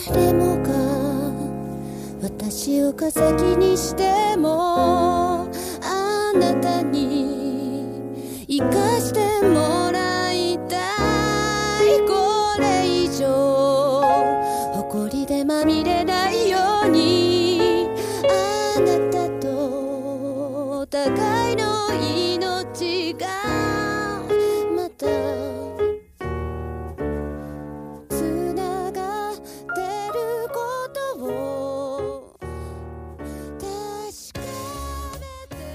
誰もが私を化石にしてもあなたに生かしてもらいたい。これ以上誇りでまみれないようにあなたとお互いの命がまたつながってることを確かめて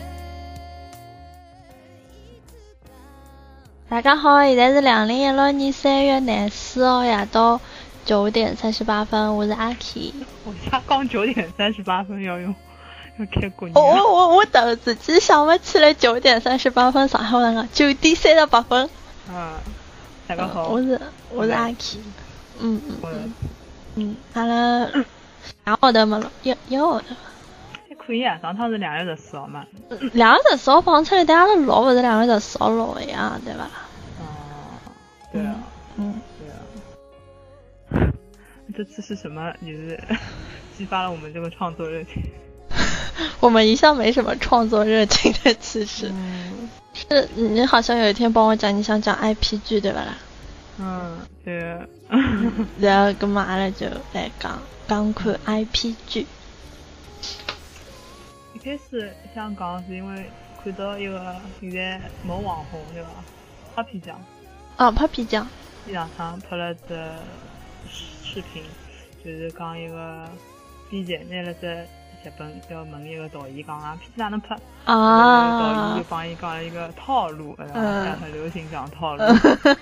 いつか。 大家好，现在是2016年3月14号夜到9点38分，我是阿 K。 我家刚9点38分要开过年。 我等自己想不起来9点38分，上海话讲9点38分。 大家好， 我是阿 K。阿拉2号头没了，1号头。 还可以啊，上趟是2月14号嘛。 2月14号放出来，但阿拉录不是2月14号录的呀，对吧？ 对啊。对啊。这次是什么？也是激发了我们这个创作热情。 我们一向没什么创作热情的，其实。是你好像有一天帮我讲你想讲 IP 剧对吧啦？ 对啊。 然后咁阿拉就来讲看 IP 剧。 一开始想讲是因为看到一个现在某网红对吧，Papi酱。 Papi酱。 前两趟拍了只视频，就是讲一个编辑拿了只剧本要问一个导演讲啊，片子哪能拍？导演就帮伊讲了一个套路，很流行讲套路。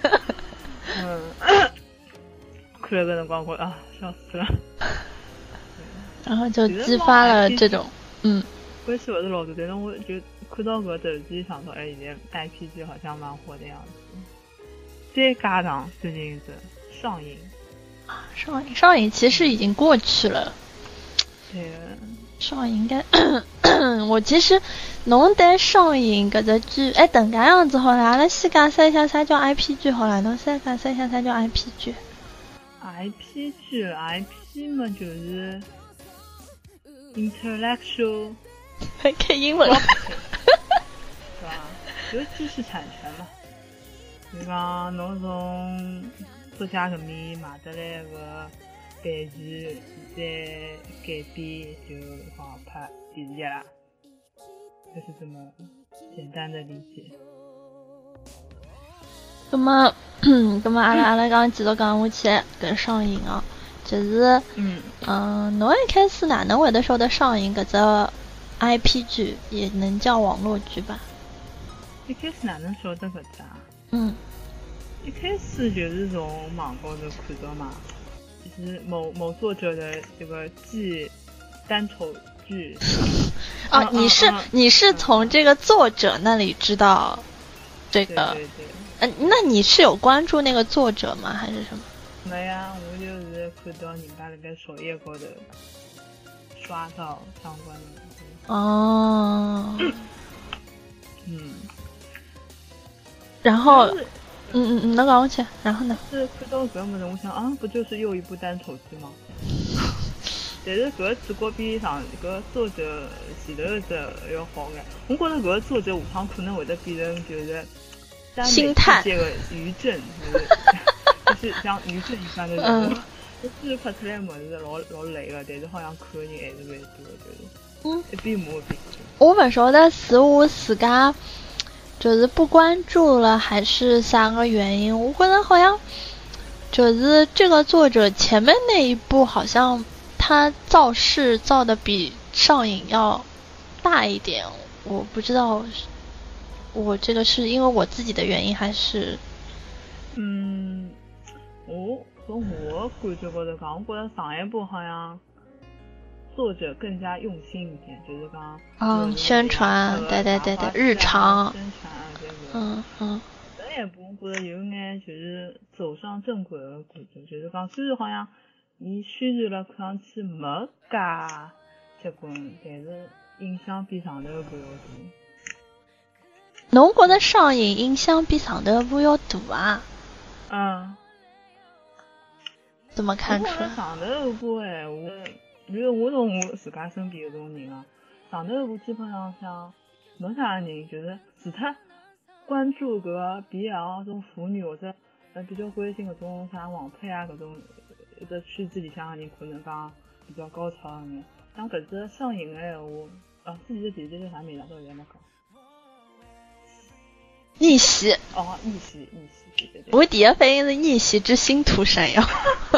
看了个辰光我笑死了。 然后就激发了这种关系不是老多，但是我就看到个头机想到，现在 IP 剧好像蛮火的样子。再加上最近是上映。 上映其实已经过去了。 对。 上映应该我其实侬对上映搿只剧等搿样子好了，阿拉先解释一下啥叫 IP 剧好了，侬先解释一下啥叫 IP 剧。 IP 剧 IP 嘛就是 intellectual 看英文是吧，就是知识产权嘛，就讲侬从作家搿面买得来个版权再改编就好拍电视剧啦，就是这么简单的理解。 那么阿拉刚继续讲下去跟上映啊，就是侬一开始哪能会得晓得上映搿只 IP 剧也能叫网络剧吧？ 一开始哪能晓得搿只啊？一开始就是从网高头看到嘛，就是某作者的这个记单口剧。你是从这个作者那里知道这个？对。那你是有关注那个作者吗？还是什么？ 没呀，我就是看到人家在首页高头刷到相关的。 然后。能讲下去，然后呢？ 是看到搿么子，我想不就是又一部单口剧吗？但是搿主角比上搿作者前头只要好眼，我觉着搿个作者下趟可能会得变成就是星探这个余震，就是像余震一般的人物。这拍出来么子老累个，但是好像看的人还是蛮多，就是一边磨一边看。 我不晓得是我自家。就是不关注了还是啥个原因，我觉得好像就是这个作者前面那一部好像他造势造的比上映要大一点，我不知道我这个是因为我自己的原因还是从我感觉高头讲，我觉得上一部好像作者更加用心一点，就是讲宣传，对，日常宣传这个。这一部我觉得有眼就是走上正轨的感觉，就是讲虽然好像伊宣传了看上去没介结棍，但是影响比上头一部要大。 侬觉得上映影响比上头一部要大啊？ 怎么看出来？ 上头部闲话，比如我从我自家身边搿种人啊，上头部基本上像没啥人，就是除脱关注搿个 BL 种腐女或者比较关心搿种啥网配啊搿种一只圈子里向的人，可能讲比较高超的人。像搿只上瘾的闲话，之前的姐姐叫啥名字？到现在没讲。 逆袭。 逆袭，对。 我第一反应是逆袭之星途闪耀。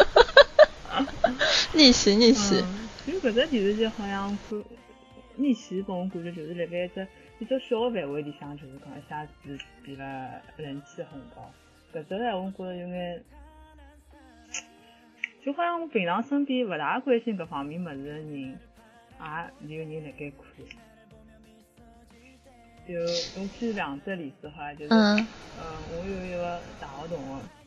逆袭。 就搿只电视剧好像逆袭帮我感觉就是辣盖一只比较小的范围里向，就是讲一下子变了人气很高。搿只闲话我觉着有眼，就好像我平常身边勿大关心搿方面物事的人，也有人辣盖看。就我举两只例子哈，就是我有一个大学同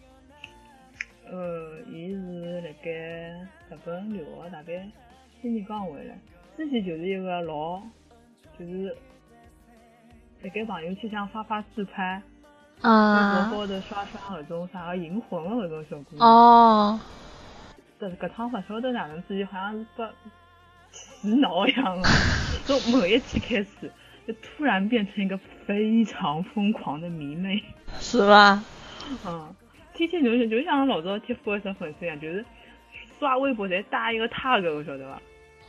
学，伊是辣盖日本留学，大概今年刚回来。之前就是一个就是辣盖朋友圈上发自拍，微博高头刷搿种啥个银魂的搿种小姑娘。搿趟勿晓得哪能自己好像是被洗脑一样的，从某一期开始。就突然变成一个非常疯狂的迷妹， 是吧？ 天天就像老早贴福尔粉丝一样，就是刷微博侪搭一个 tag， 我晓得吧？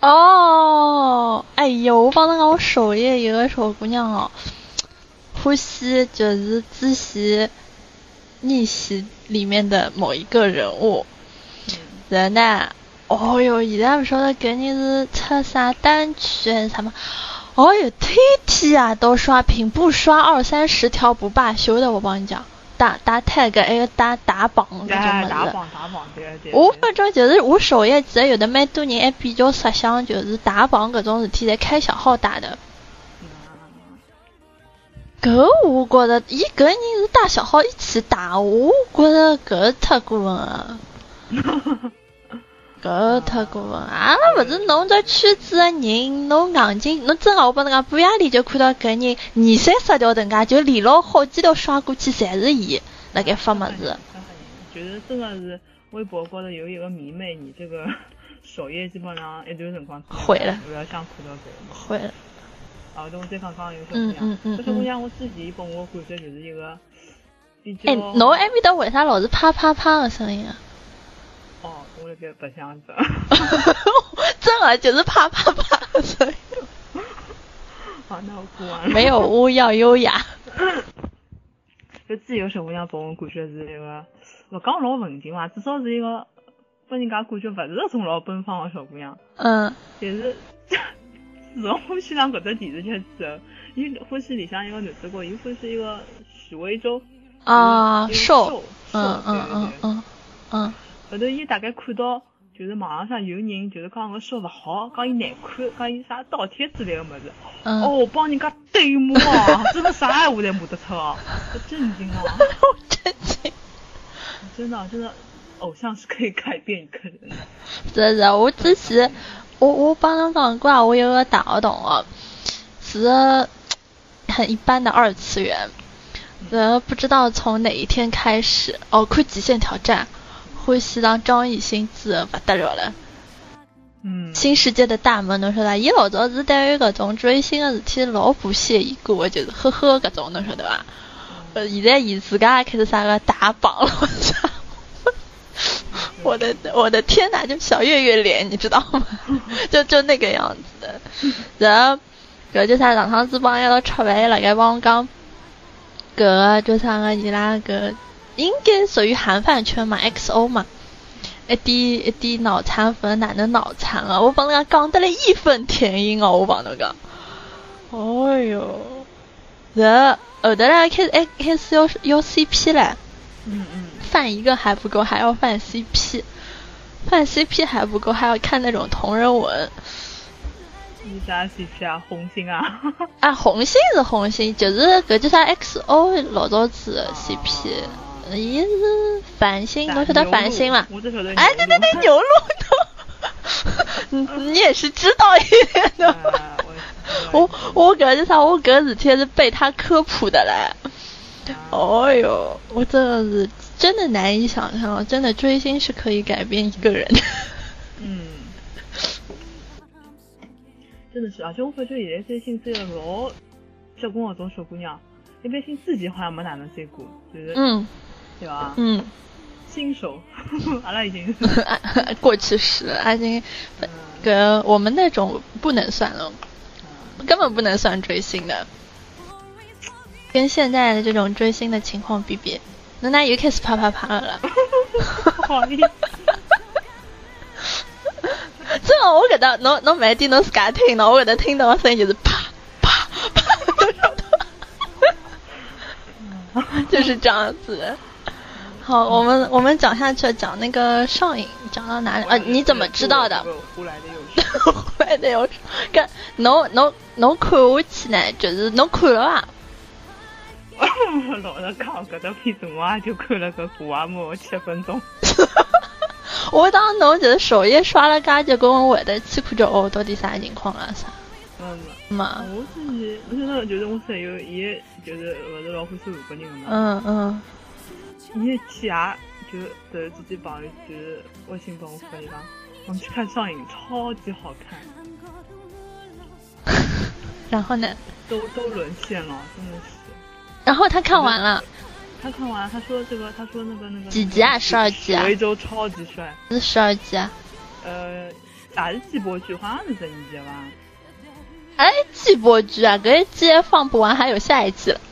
哎呦，我帮侬讲，我首页有个小姑娘哦，呼吸就是之前逆袭里面的某一个人物，人呢？哦哟，现在不晓得搿人是出啥单曲还是什么？哦哟，天天啊都刷屏，不刷20-30条不罢休的。我帮你讲，打 tag 还有打榜搿种物事。打榜，对。我反正就是我首页其实有的蛮多人还比较设想，就是打榜搿种事体在开小号打的。搿我觉得，伊搿人是打小号一起打，我觉得搿太过分了。搿太过分啊！勿是侬这圈子的人，侬硬劲，侬真个我帮侬讲，半夜里就看到搿人20-30条等介，就连牢好几条刷过去，侪是伊辣盖发物事。 觉得真的是微博高头有一个迷妹，你这个首页基本上一段辰光毁了， 不要想看到搿。 毁了。 我再讲有小姑娘，搿小姑娘我之前帮我感觉就是一个比较。 侬埃面搭为啥老是啪啪啪的声音啊？ 我那个白相着， 真的就是啪啪啪的声音。 好，那我哭完了。 没有污要优雅。 就自由小姑娘，帮我感觉是一个，勿讲老文静嘛，至少是一个，拨人家感觉勿是那种老奔放的小姑娘。就是自从欢喜上搿只电视剧之后，伊欢喜里向一个男主角，伊欢喜一个许魏洲。 瘦。 后头伊大概看到，就是网上有人就是讲搿瘦勿好，讲伊难看，讲伊啥倒贴之类的物事。帮人家对骂真的啥闲话侪骂得出哦，震惊了。 震惊。 真的，偶像是可以改变一个人的。 是，我之前我帮侬讲过啊，我有个大学同学，是很一般的二次元，不知道从哪一天开始，看极限挑战。欢喜上张艺兴之后不得了了，新世界的大门侬晓得伐？伊老早是对于搿种追星的事体老不屑一顾的，就是呵呵搿种侬晓得伐？现在伊自家也开始啥个打榜了，我的天哪，就小月月脸你知道吗？就那个样子的。然后搿就啥上趟子帮伊拉吃饭辣盖帮我讲，搿就啥个伊拉搿。应该属于韩饭圈嘛 ，XO 嘛，一点脑残粉哪能脑残啊？我帮人家讲得来义愤填膺哦，我帮侬讲。哦哟，后头来开始要 CP 了。饭一个还不够，还要饭 CP， 饭 CP 还不够，还要看那种同人文。 你啥 CP 啊？红星啊？ 红星是红星，就是搿叫啥 XO 老早子的 CP。伊是繁星，侬晓得繁星嘛？ 我只晓得。 对，牛鹿你也是知道一点的。我搿是啥？我搿事体是被他科普的嘞。哦哟，我真的是真的难以想象，真的追星是可以改变一个人的。 真的是，而且我发觉现在追星追了老结棍的种小姑娘，一般性之前好像没哪能追过，就是对吧？新手，阿拉已经过去式了，已经跟我们那种不能算了，根本不能算追星的。跟现在的这种追星的情况比比，那又开始啪啪啪了。 不好意思。 这我搿搭侬慢点侬自家听喏，我搿搭听到的声音就是啪啪啪，就是这样子的。好，我们讲下去，讲那个上瘾，讲到哪里？你怎么知道的？ 胡来的有事。 胡来的有事。搿侬看下去呢，就是侬看了伐？ 老实讲，搿只片子我也就看了个古阿莫7分钟。 我当侬就是首页刷了介结果我会去看叫到底啥情况了啥？嘛。 我知道，就是我室友伊就是勿是老欢喜韩国人的嘛。伊一天也就突然之间朋友就是微信帮我发一讲，我们去看上瘾，超级好看。 然后呢？ 都沦陷了，真的是。 然后他看完了。 他看完，他说那个几集啊？12集啊？ 维州超级帅。 是12集啊？ 也是季播剧，好像是12集吧。 哎，季播剧啊，这一季放不完，还有下一季了。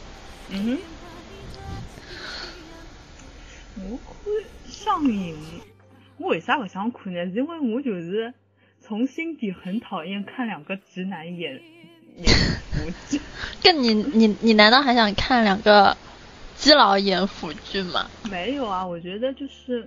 我看上瘾，我为啥不想看呢？是因为我就是从心底很讨厌看两个直男演腐剧。 跟你难道还想看两个基佬演腐剧吗？ 没有啊，我觉得就是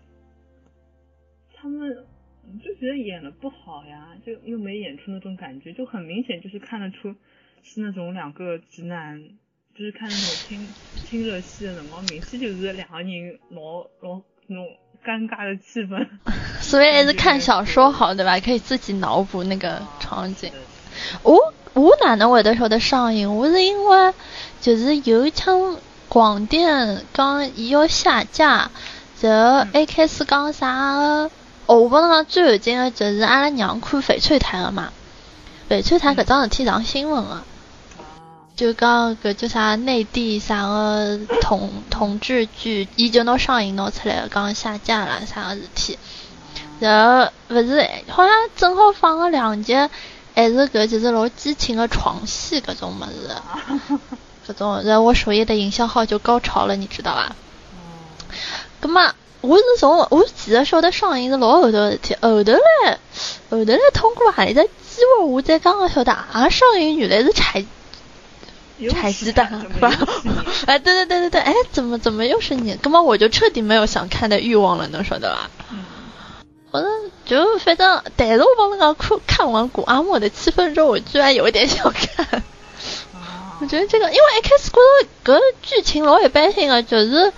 他们就觉得演得不好呀，就又没演出那种感觉，就很明显就是看得出是那种两个直男，就是看那种亲热戏的辰光，明显就是两个人老那种尴尬的气氛。 所以还是看小说好，对吧？可以自己脑补那个场景。我哪能会得晓得上瘾？我是因为就是有一枪广电讲伊要下架，然后一开始讲啥？我帮侬讲最有劲的就是阿拉娘看翡翠台了嘛，翡翠台搿桩事体上新闻了，就讲搿叫啥内地啥个同志剧，伊就拿上瘾拿出来了，讲下架了啥个事体，然后勿是好像正好放了2集，还是搿就是老激情的床戏搿种物事，搿种，然后我首页的营销号就高潮了，你知道吧？葛末我其实晓得上瘾是老后头的事体，后头来通过何里只机会，我才刚刚晓得上瘾原来是柴鸡蛋，是吧？哎，对，哎，怎么又是你？根本我就彻底没有想看的欲望了，能晓得吧？我就反正，但是我帮那个看完古阿莫的7分钟，我居然有一点想看。我觉得这个，因为一开始觉得搿剧情老一般性的，就是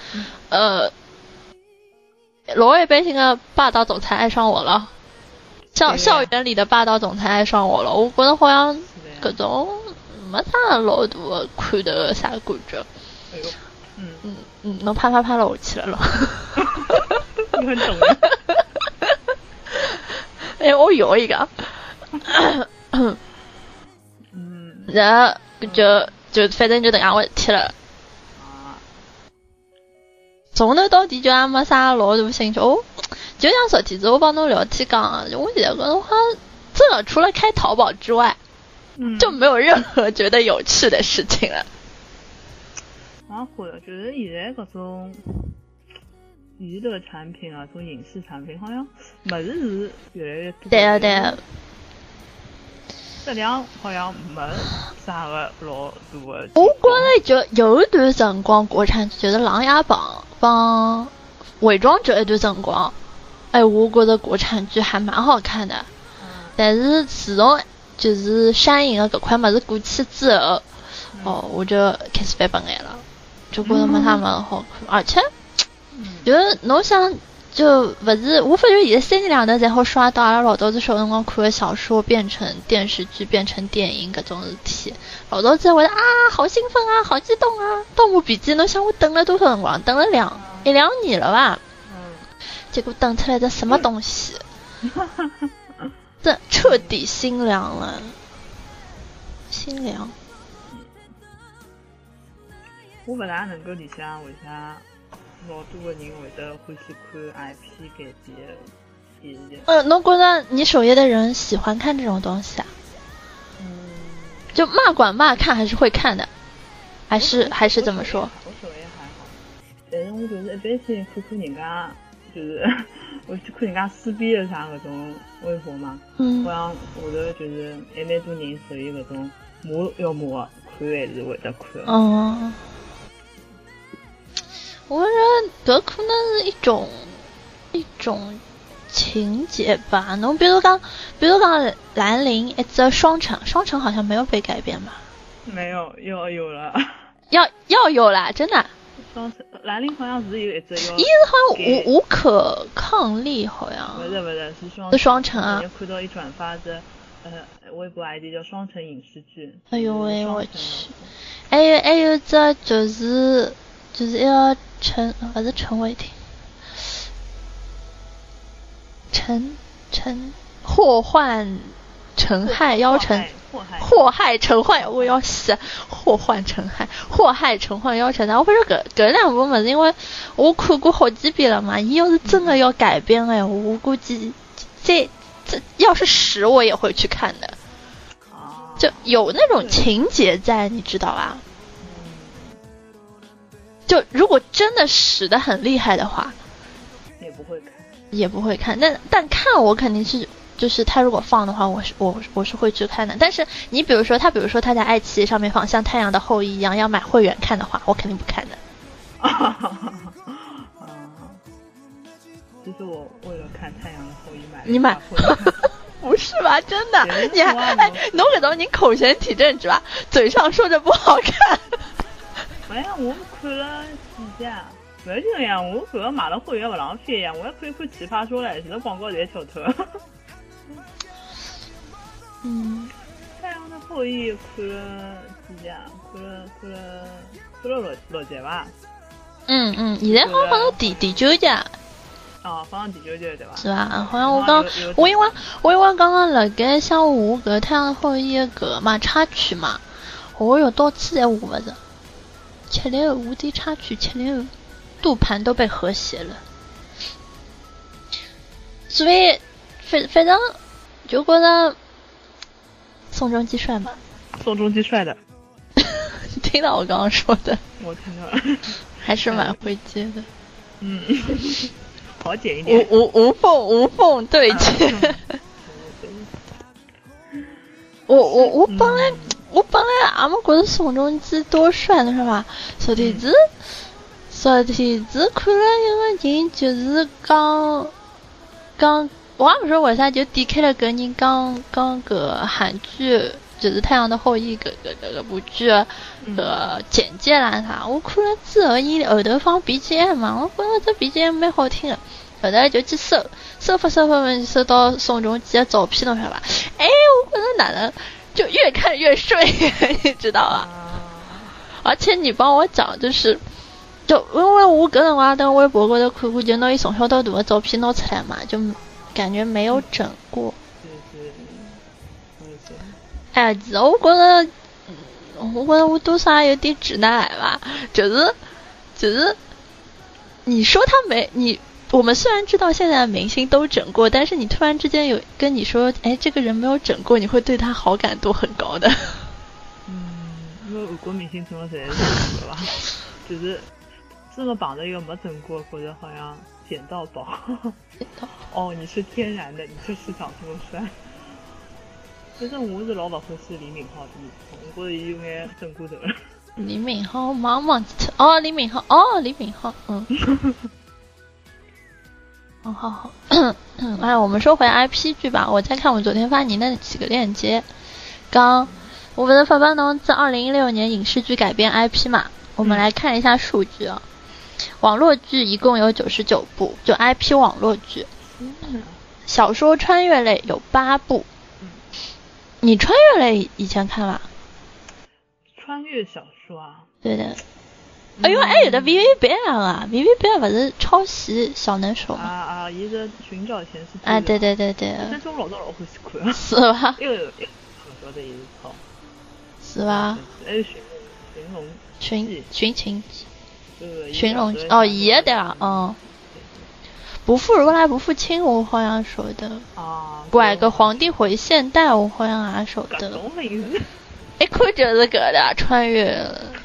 老一般性的霸道总裁爱上我了，校园里的霸道总裁爱上我了，我觉得好像搿种没啥老大的看的啥感觉。 哎呦， 侬啪啪啪了我去了咯。 你很懂的。 哎，我有一个。然后就反正就等下我踢了。从头到底就也没啥老大兴趣。就像昨天子我帮侬聊天讲，我现在觉得好像这个除了开淘宝之外，就没有任何觉得有趣的事情了。 我觉得就是现在搿种娱乐产品啊，种影视产品好像物事是越来越多。对。质量好像没啥个老大的。我觉得就有一段辰光国产剧就是《琅琊榜》帮《伪装者》一段辰光，哎，我觉得国产剧还蛮好看的。但是自从就是山影的搿块物事过去之后，我就开始翻本来了，就觉得没啥么好看，而且就是侬想。就不是，我发觉现在3年2头才好刷到阿拉老早子小辰光看的小说变成电视剧变成电影搿种事体，老早子会好兴奋啊，好激动啊！《盗墓笔记》侬想我等了多少辰光？等了 1-2年了吧。结果等出来的什么东西，这彻底心凉了，心凉。 我不大能够理解为啥老多的人会得欢喜看 IP 改编的电影。 侬觉得你首页的人喜欢看这种东西啊？就骂管骂看还是会看的，还是怎么说？ 我首页还好，但是我就是一般性看看人家，就是我去看人家撕逼的啥搿种微博嘛。好像我的就是还蛮多人属于搿种骂要骂看还是会得看。 我觉得搿可能是一种情节吧。侬比如讲兰陵一只双城好像没有被改编吧？ 没有，要有了。 要有啦，真的。 双城兰陵好像是有一只要。 伊是好像无可抗力，好像。 不是是双城啊。 看到伊转发的微博 ID 叫双城影视剧。 哎呦喂，我去！还有这就是要不是陈伟霆，祸患陈害妖臣，祸害陈患，我要死，祸患陈害，祸害陈患妖臣。我不是搿两部嘛，因为我看过好几遍了嘛。伊要是真的要改编哎，我估计这要是10我也会去看的，就有那种情节在，你知道吧？就如果真的使得很厉害的话，也不会看。但看我肯定是，就是他如果放的话，我是会去看的。但是你比如说他在爱奇艺上面放像《太阳的后裔》一样要买会员看的话，我肯定不看的。 其实我为了看《太阳的后裔》 你买？不是吧？真的？你还侬搿种你口嫌体正直吧？嘴上说着不好看。 哎呀，我看了几集，没就那样。我搿个买了会员不浪费呀，我还可以看奇葩说嘞，现在广告侪跳脱。太阳的后裔看了几集？看了6集吧。 现在好像放到第9集。 放到第9集对吧？ 是吧？好像我因为刚刚辣盖想下搿太阳的后裔搿嘛插曲嘛，我有多次侪下勿着。702无敌插曲702，杜盘都被和谐了，所以反正就觉得宋仲基帅嘛。 宋仲基帅的。 听到我刚刚说的？ 我听到了。 还是蛮会接的。 好剪一点。 无缝对接。我本来也没觉得宋仲基多帅的是吧？昨天子看了一个人，就是讲，我也不知道为啥就点开了搿人讲搿韩剧，就是《太阳的后裔》搿部剧搿简介啦啥。我看了之后，伊后头放 BGM 嘛，我觉得这 BGM 蛮好听的。后头就去搜发搜到宋仲基的照片了，是吧？我觉得哪能就越看越顺眼，你知道吧？而且你帮我讲，就因为我搿辰光等微博高头看过，就拿伊从小到大的照片拿出来嘛，就感觉没有整过。其实我觉得我多少有点直男癌吧，就是你说他没你。我们虽然知道现在的明星都整过，但是你突然之间有跟你说，这个人没有整过，你会对他好感度很高的。 因为韩国明星整了侪是整过吧，就是这么绑着一个没整过，或者好像捡到宝。你是天然的，你就是长这么帅。反正我是老不欢喜李敏镐的，我觉得伊有眼整过头了。 李敏镐，忘记李敏镐，好，我们说回 IP 剧吧。我在看我昨天发你那几个链接，我们的发班农自2016年影视剧改编 IP 嘛，我们来看一下数据啊。网络剧一共有99部，就 IP 网络剧。小说穿越类有8部。你穿越类以前看吧？ 穿越小说啊？ 对的。 哎呦，还有的 VV 版啊 ，VV 版不是抄袭小能手吗？ 啊，伊是寻找前世。 啊，对。 但是我老早老欢喜看。 是吧？ 一个不晓得伊是抄。 是吧？ 还有寻秦记。 寻龙哦，也对啊，嗯。不负如来不负卿，我好像说的。 啊。 拐个皇帝回现代，我好像也说的。一看就是搿的穿越。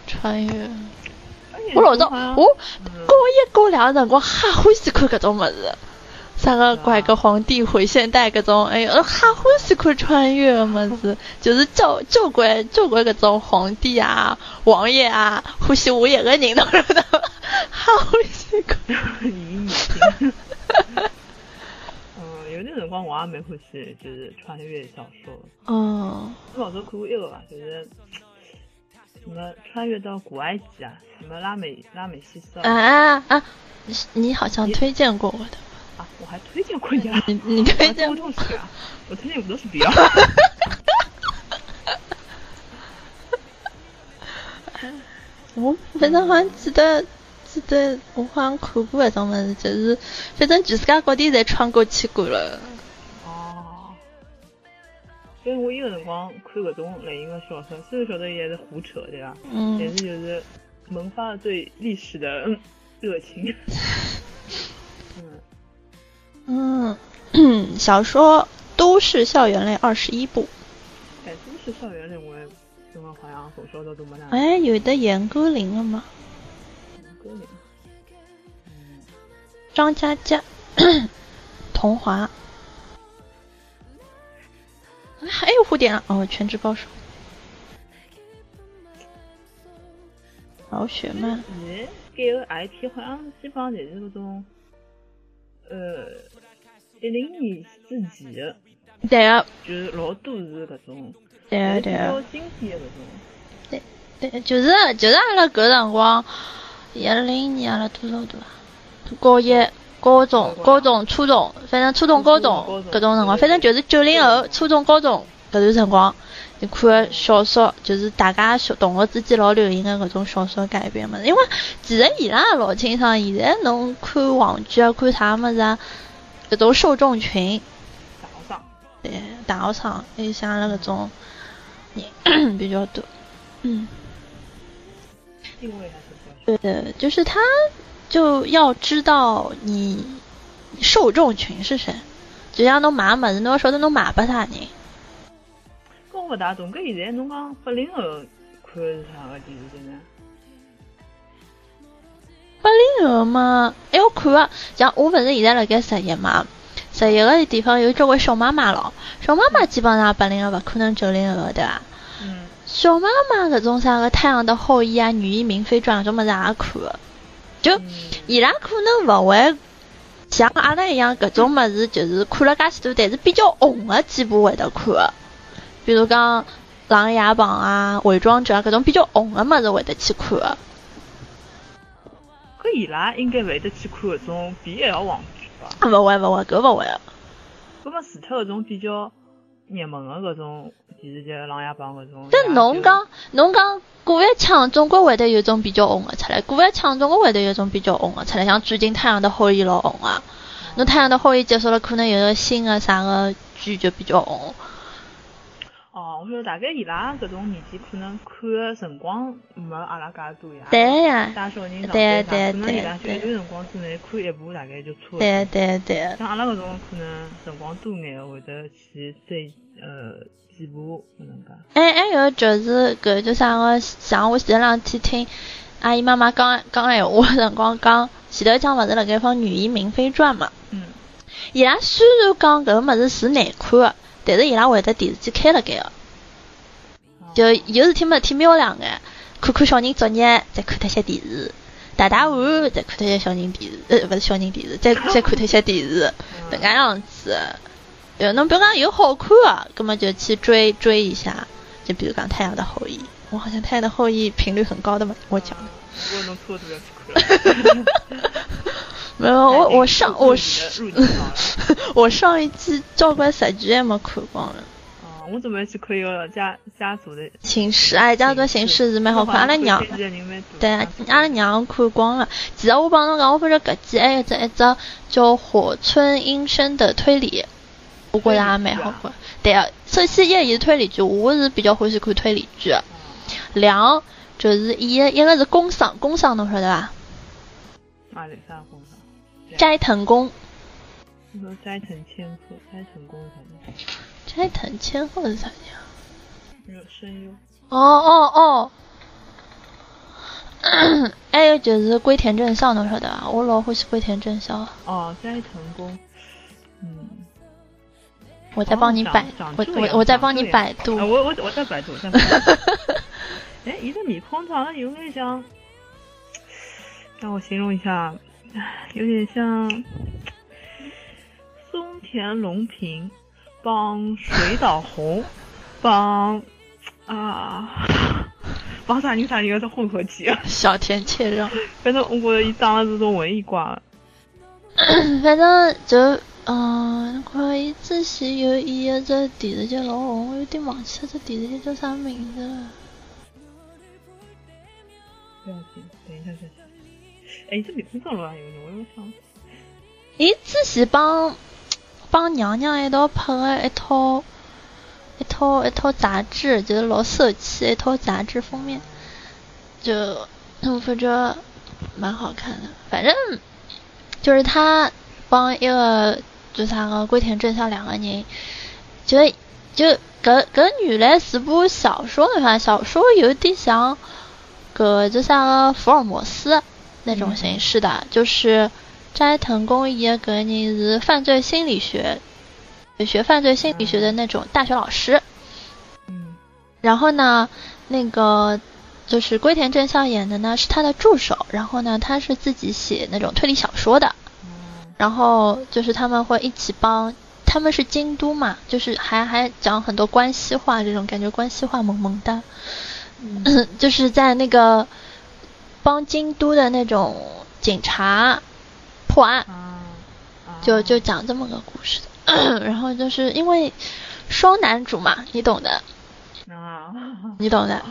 我老早我高一高2辰光哈欢喜看搿种物事，啥个拐个皇帝回现代搿种，哎哟哈欢喜看穿越物事，就是交关搿种皇帝啊、王爷啊，欢喜我一个人都晓得，哈欢喜看。 有点辰光我也蛮欢喜，就是穿越小说。 我老早看过一个吧，就是什么穿越到古埃及啊，什么拉美西斯啊！你好像推荐过我的啊，我还推荐过你啊？ 你推荐过啊？我推荐不都是不要。 我反正好像记得我好像看过那种物事，就是反正全世界各地侪穿过去过了。 所以我有辰光看搿种类型的小说，虽然晓得也是胡扯对吧？但是就是萌发了对历史的热情。 小说《都市校园类》21部。 都市校园类我好像从小到大没哪。 哎，有的严歌苓了吗？ 严歌苓。 张嘉佳，桐华。还有蝴蝶了哦，全职高手。老雪漫。 改个 IP 好像基本上侪是那种10年之前的。 对啊。 就是老多是搿种。 对啊。 比较经典的搿种。对，就是阿拉搿辰光，10年阿拉多少大啊？高一。高中、初中，反正初中、高中搿种辰光，反正就是90后初中、高中搿段辰光，你看小说，就是大家同学之间老流行的搿种小说改编嘛。因为其实伊拉老清爽，现在侬看网剧啊，看啥物事啊，搿种受众群，对，大学生，还有像阿拉搿种人比较多，对的，就是他。就要知道你受众群是谁，就像侬买物事，侬要晓得侬买拨啥人。 跟我勿大懂，搿现在侬讲80后看是啥个电视剧呢 ？80后嘛，还要看啊！像我勿是现在辣盖实习嘛，实习个地方有交关小妈妈咯，小妈妈基本上80后勿可能90后对伐？小妈妈搿种啥个《太阳的后裔》啊，《女医明妃传》搿种物事也看个。就伊拉可能勿会像阿拉一样搿种物事，就是看了介许多，但是比较红的几部会得看的，比如讲《琅琊榜》啊、《伪装者》啊搿种比较红的物事会得去看的。 搿伊拉应该会得去看搿种 BL 网剧吧？ 勿会，搿勿会。 搿么除脱搿种比较热门的搿种电视剧，《琅琊榜》搿种。 但侬讲。古一腔总归会得有种比较红的出来，古一腔总归会得有种比较红的出来，像最近《太阳的后裔》老红啊，侬《太阳的后裔》结束了，可能有个新的啥个剧就比较红。 我说大概伊拉搿种年纪可能看的辰光没阿拉介多呀。 对呀。 带小人上对。 可能伊拉就一段辰光之内看一部大概就错了。 对。 像阿拉搿种可能辰光多眼会得去追几部可能讲。 还有就是搿叫啥个？像我前两天听阿姨妈妈讲闲话辰光讲，前头讲勿是辣盖放《女医明妃传》嘛？伊拉虽然讲搿物事是难看的，但是伊拉会得电视机开辣盖个，就有事体没事体瞄两眼，看小人作业，再看脱些电视，打碗，再看脱些小人电视，勿是小人电视，再看脱些电视，搿个样子。侬比如讲有好看啊，葛么就去追一下，就比如讲《太阳的后裔》，我好像《太阳的后裔》频率很高的嘛，我讲的。 我能错都要去看。 没有，我上一季交关实剧还没看光了。 我准备去看一个家族的形式，哎，家族的形式是蛮好看。阿拉娘，对，阿拉娘看光了。其实我帮侬讲，我发觉搿季还有一只叫火村英生的推理，我觉着也蛮好看。对啊，首先一是推理剧，我是比较欢喜看推理剧。两就是一个是工商侬晓得伐？ 啊，对，啥工商？ 斋藤工。 你说斋藤千鹤，斋藤工是啥的？ 斋藤千鹤是啥呀？ 声优。 哦。还有就是龟田正孝，侬晓得伐？我老欢喜龟田正孝。 哦，斋藤工。 我在帮你我在帮你百度。 我在百度。哎，一个面孔长得有点像，让我形容一下，有点像松田龙平帮水岛红帮啥人的混合体啊？ 小田切让。 反正我觉得伊长得是种文艺挂。 反正就看伊之前有演一只电视剧老红，我有点忘记这电视剧叫啥名字了。 不要紧，等一下再想。哎，这面孔长了有点，我又想。 伊之前帮娘娘一道拍的一套杂志，就是老色气一套杂志封面，就我觉着蛮好看的。反正就是他帮一个就啥个龟田正孝两个人，就搿原来是部小说的话，小说有点像就啥个福尔摩斯那种形式的，就是斋藤工一个人是犯罪心理学，学犯罪心理学的那种大学老师。然后呢，那个就是龟田正孝演的呢是他的助手，然后呢他是自己写那种推理小说的。然后就是他们会一起帮，他们是京都嘛，就是还讲很多关西话，这种感觉关西话萌萌的。就是在那个帮京都的那种警察破案，就讲这么个故事的。然后就是因为双男主嘛，你懂的。你懂的。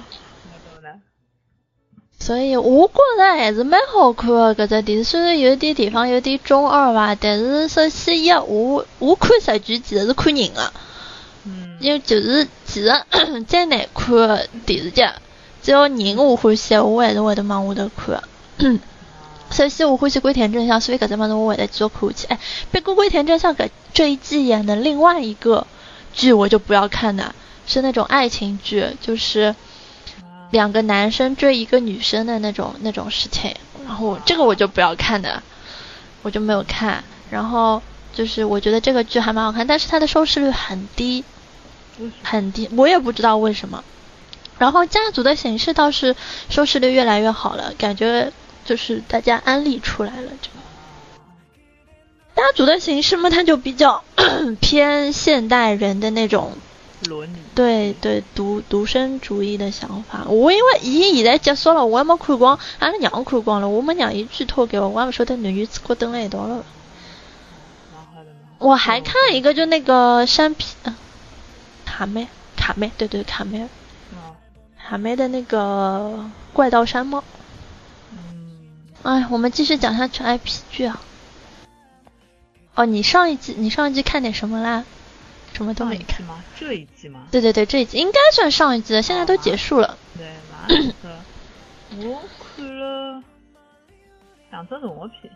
所以我觉得还是蛮好看的搿只电视，虽然有点地方有点中二吧，但是首先我看日剧其实是看人的。因为就是其实再难看的电视剧，只要人我欢喜，我还是会得往下头看。首先我欢喜龟田正孝，所以搿只物事我会得继续看下去。哎，不过龟田正孝这一季演的另外一个剧我就不要看的，是那种爱情剧，就是两个男生追一个女生的那种事情，然后这个我就不要看的，我就没有看。然后就是我觉得这个剧还蛮好看，但是它的收视率很低，我也不知道为什么。然后家族的形式倒是收视率越来越好了，感觉就是大家安利出来了。这个家族的形式嘛，它就比较偏现代人的那种伦理， 对独身主义的想法。我因为伊现在结束了，我还没看光，阿拉娘看光了，我没让伊剧透给我，我还不晓得男女主角登了一道了。我还看一个，就那个山皮卡妹，对卡妹，卡妹的那个怪盗山猫。哎，我们继续讲下去 IP 剧啊。哦，你上一季看点什么啦？什么都没看吗？这一季吗？ 对，这一季应该算上一季了，现在都结束了。 对，马上我看了两只动画片。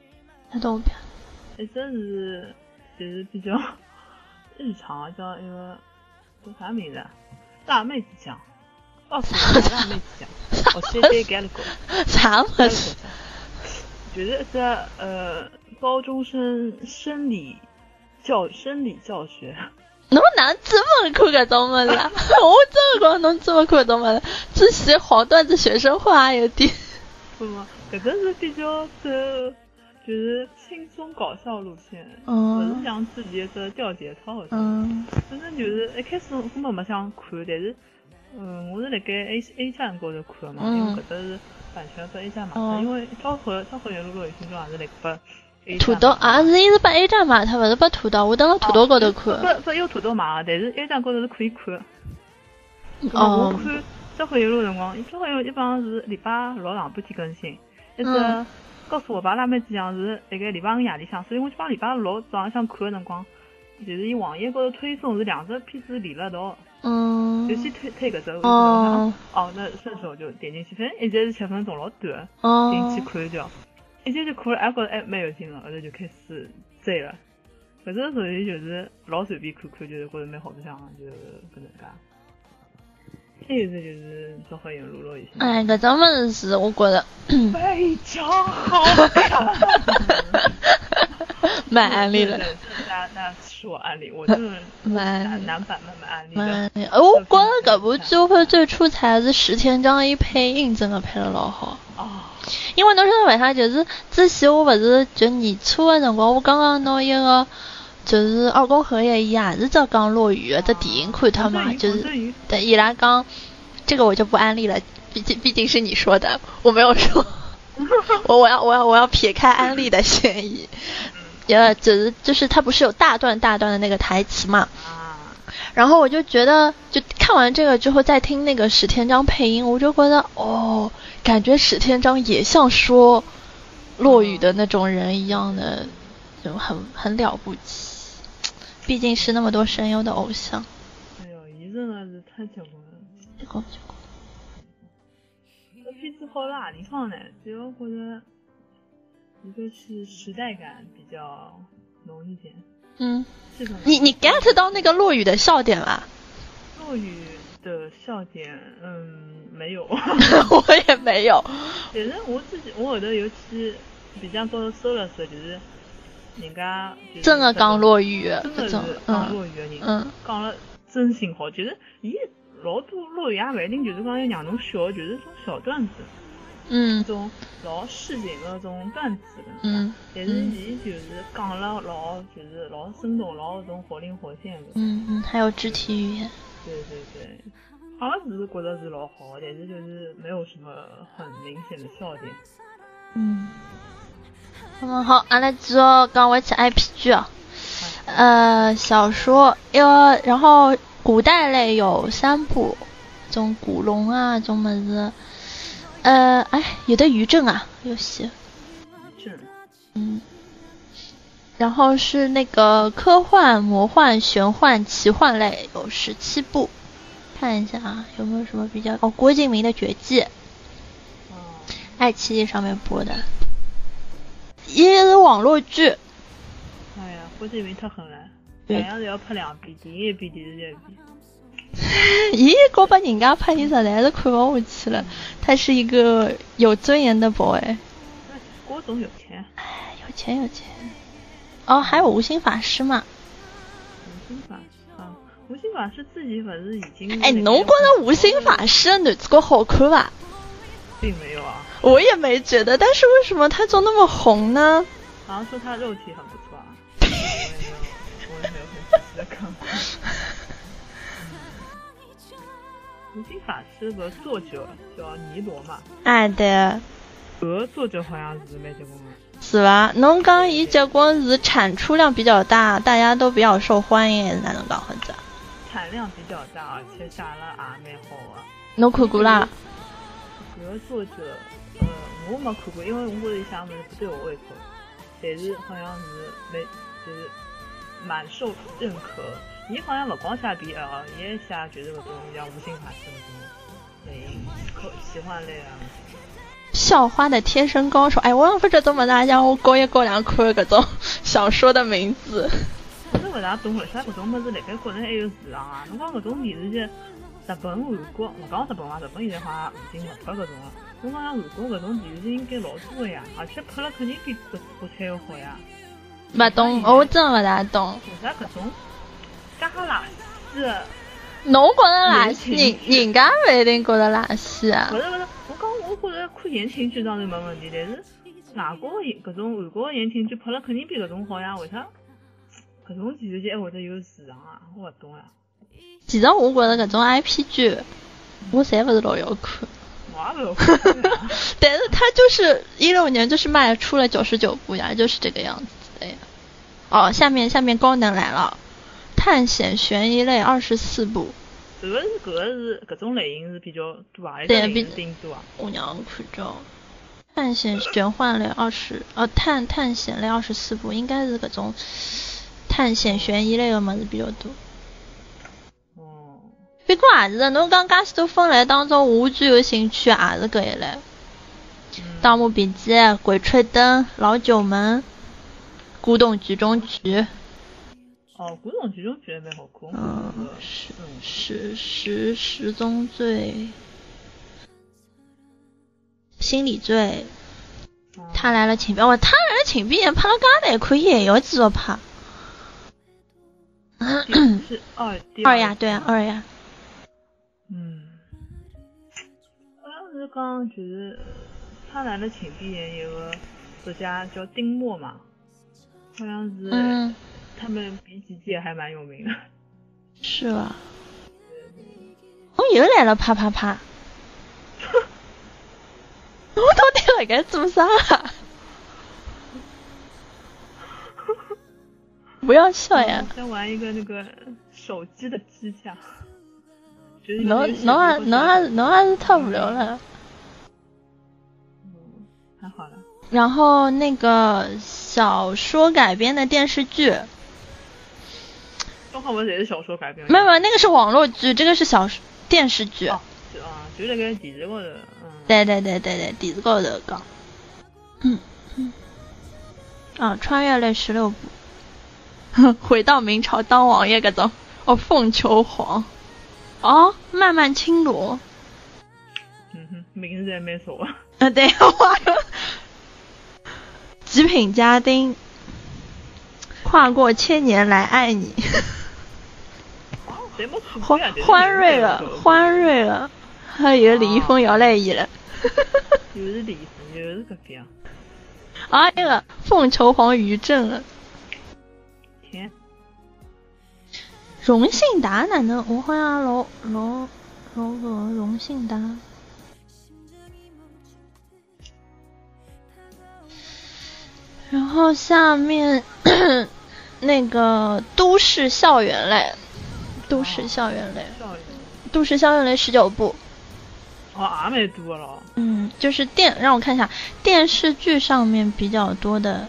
一只就是比较日常，叫一个叫啥名字？大妹子讲。哦，是大妹子讲。我现在改了个。 啥么子？ 就是在高中生生理教学。 侬哪这么看搿种么子啦？我这么讲侬这么看搿种么子，这些黄段子学生话有点。 是吗？搿个是比较就是轻松搞笑路线，不是像自己的掉节操的。反正就是一开始我根本没想看，但是我是辣盖 A 站高头看的嘛，因为搿搭是版权在 A 站嘛，因为昭和元路落雨心中也是辣盖土豆啊，是伊是把 A 站买，他勿是把土豆，我等到土豆高头看。 不有土豆买，但是 A 站高头是可以看。 哦。 我看这回有路辰光，这回有一般是礼拜六上半天更新，一只告诉我吧，拉美机上是那个礼拜五夜里向，所以我去帮礼拜六早浪向看的辰光，就是伊网页高头推送是两只片子连了一道。就先推搿只，那顺手就点进去，反正一集是7分钟，老短，进去看一条，一进去看了，觉得蛮有劲的，后头就开始追了。搿只属于就是老随便看看，就是觉得蛮好白相，就搿能介。还有就是昭和影路了一些。 哎，搿种物事我觉得非常好看。 蛮安利了。 那是我安利，我真的男版蛮安利的。 我觉得搿部剧我觉得最出彩的是石田章一配音，真的配得老好。因为侬晓得为啥？就是之前我勿是就年初的辰光，我刚刚拿一个就是二宫和也也是只讲落雨的电影看他嘛，就是对伊拉讲这个我就不安利了，毕竟是你说的，我没有说。我要撇开安利的嫌疑。就是他不是有大段的那个台词嘛，然后我就觉得，就看完这个之后再听那个石田章配音，我就觉得感觉石田章也像说落雨的那种人一样的，就很了不起，毕竟是那么多声优的偶像。 哎呦，伊真的是太结棍了。结棍。这片子好辣地方呢，主要觉得。一个是时代感比较浓一点。 你 get 到那个落雨的笑点吧？ 落雨的笑点，没有。 我也没有。 但是我后头尤其比较多搜了搜，就是人家真的讲落雨， 真的是讲落雨的人，讲了真心好，就是伊老多落雨也不一定就是讲要让侬笑，就是种小段子。种老市井的种段子的，但是伊就是讲了就是老生动，老种活灵活现的。 还有肢体语言。 对，好像是觉得是老好，但是就是没有什么很明显的笑点。 好，阿拉继续讲回去 IP 剧啊。小说然后古代类有3部，种古龙啊，种么子。有的余震啊，有些。然后是那个科幻、魔幻、玄幻、奇幻类有17部，看一下啊，有没有什么比较？郭敬明的《绝技》，爱奇艺上面播的，也是网络剧。 哎呀，郭敬明太狠了，好像是要拍2遍，第一遍、第二遍。 咦，搞把人家拍，你实在是看不下去了。他是一个有尊严的 boy。 郭总有钱。 有钱。还有无心法师嘛？ 无心法师自己反正已经。 侬觉得无心法师的男主角好看吧？ 并没有啊。 我也没觉得，但是为什么他就那么红呢？ 好像说他肉体很不错啊。我也没有很仔细的看过。无心法师的作者叫尼罗嘛？ 对。 作者好像是蛮结棍的。 是吧？侬讲伊结棍是产出量比较大，大家都比较受欢迎，哪能讲或者？ 产量比较大，而且写了也蛮好的。 侬看过啦？ 作者，我没看过，因为我觉得伊写物事不对我胃口，但是好像是就是蛮受认可。伊好像勿光写 BL，也写就是搿种像无心法师搿种类奇幻类啊。 校花的天生高手，我也不知道么大家我高1高2看搿种小说的名字。 我都勿大懂为啥搿种物事辣盖国内还有市场啊？侬讲搿种电视剧，日本、韩国，勿讲日本嘛，日本现在好像已经勿拍搿种了。侬讲像韩国搿种电视剧应该老多的呀，而且拍了肯定比国产要好呀。 勿懂，我真的勿大懂。 为啥搿种介垃圾的？ 侬觉得垃圾，人家勿一定觉得垃圾啊。 勿是，我觉得看言情剧当然没问题，但是外国搿种韩国的言情剧拍了肯定比搿种好呀，为啥搿种电视剧还会得有市场啊？我勿懂呀。 其实我觉得搿种 IP 剧，我侪勿是老要看。 但是他就是16年就是卖出了99部呀，就是这个样子的呀。哦，下面高能来了，探险悬疑类24部。 这个是各种类型是比较多啊，一个类型是顶多啊。 我娘看着。探险玄幻类探险类24部，应该是各种探险悬疑类的么子比较多。 哦。 不过也是，侬讲介许多分类当中，我最有兴趣也是搿一类。盗墓笔记、鬼吹灯、老九门、古董局中局。 哦，古董局中局也蛮好看。 十宗罪。心理罪，他来了请闭，他来了请闭眼拍了嘎的可以也有几座拍。 是二呀，对啊，二呀。 好像是讲就是他来了请闭眼有个作家叫丁墨嘛，好像是他们 B 级界还蛮有名的。 是吧？我又来了啪啪啪。我到底辣盖做啥？不要笑呀！ 在玩一个那个手机的机架。 侬还是太无聊了。 还好了。 然后那个小说改编的电视剧。 刚好我也是小说改编。 没有，那个是网络剧，这个是电视剧。 就那个电视高头。 对，电视高头讲。穿越类16部。回到明朝当王爷搿种。凤求凰。漫漫青罗。 名字也没熟啊。 对，极品家丁。跨过千年来爱你。欢瑞了，还有李易峰要来演了。 又是李易峰，又是搿边。 那个凤求凰于正了。 天。 荣幸达哪能？我好像老个荣幸达。然后下面那个都市校园类19部。 也蛮多了。 就是让我看一下电视剧上面比较多的。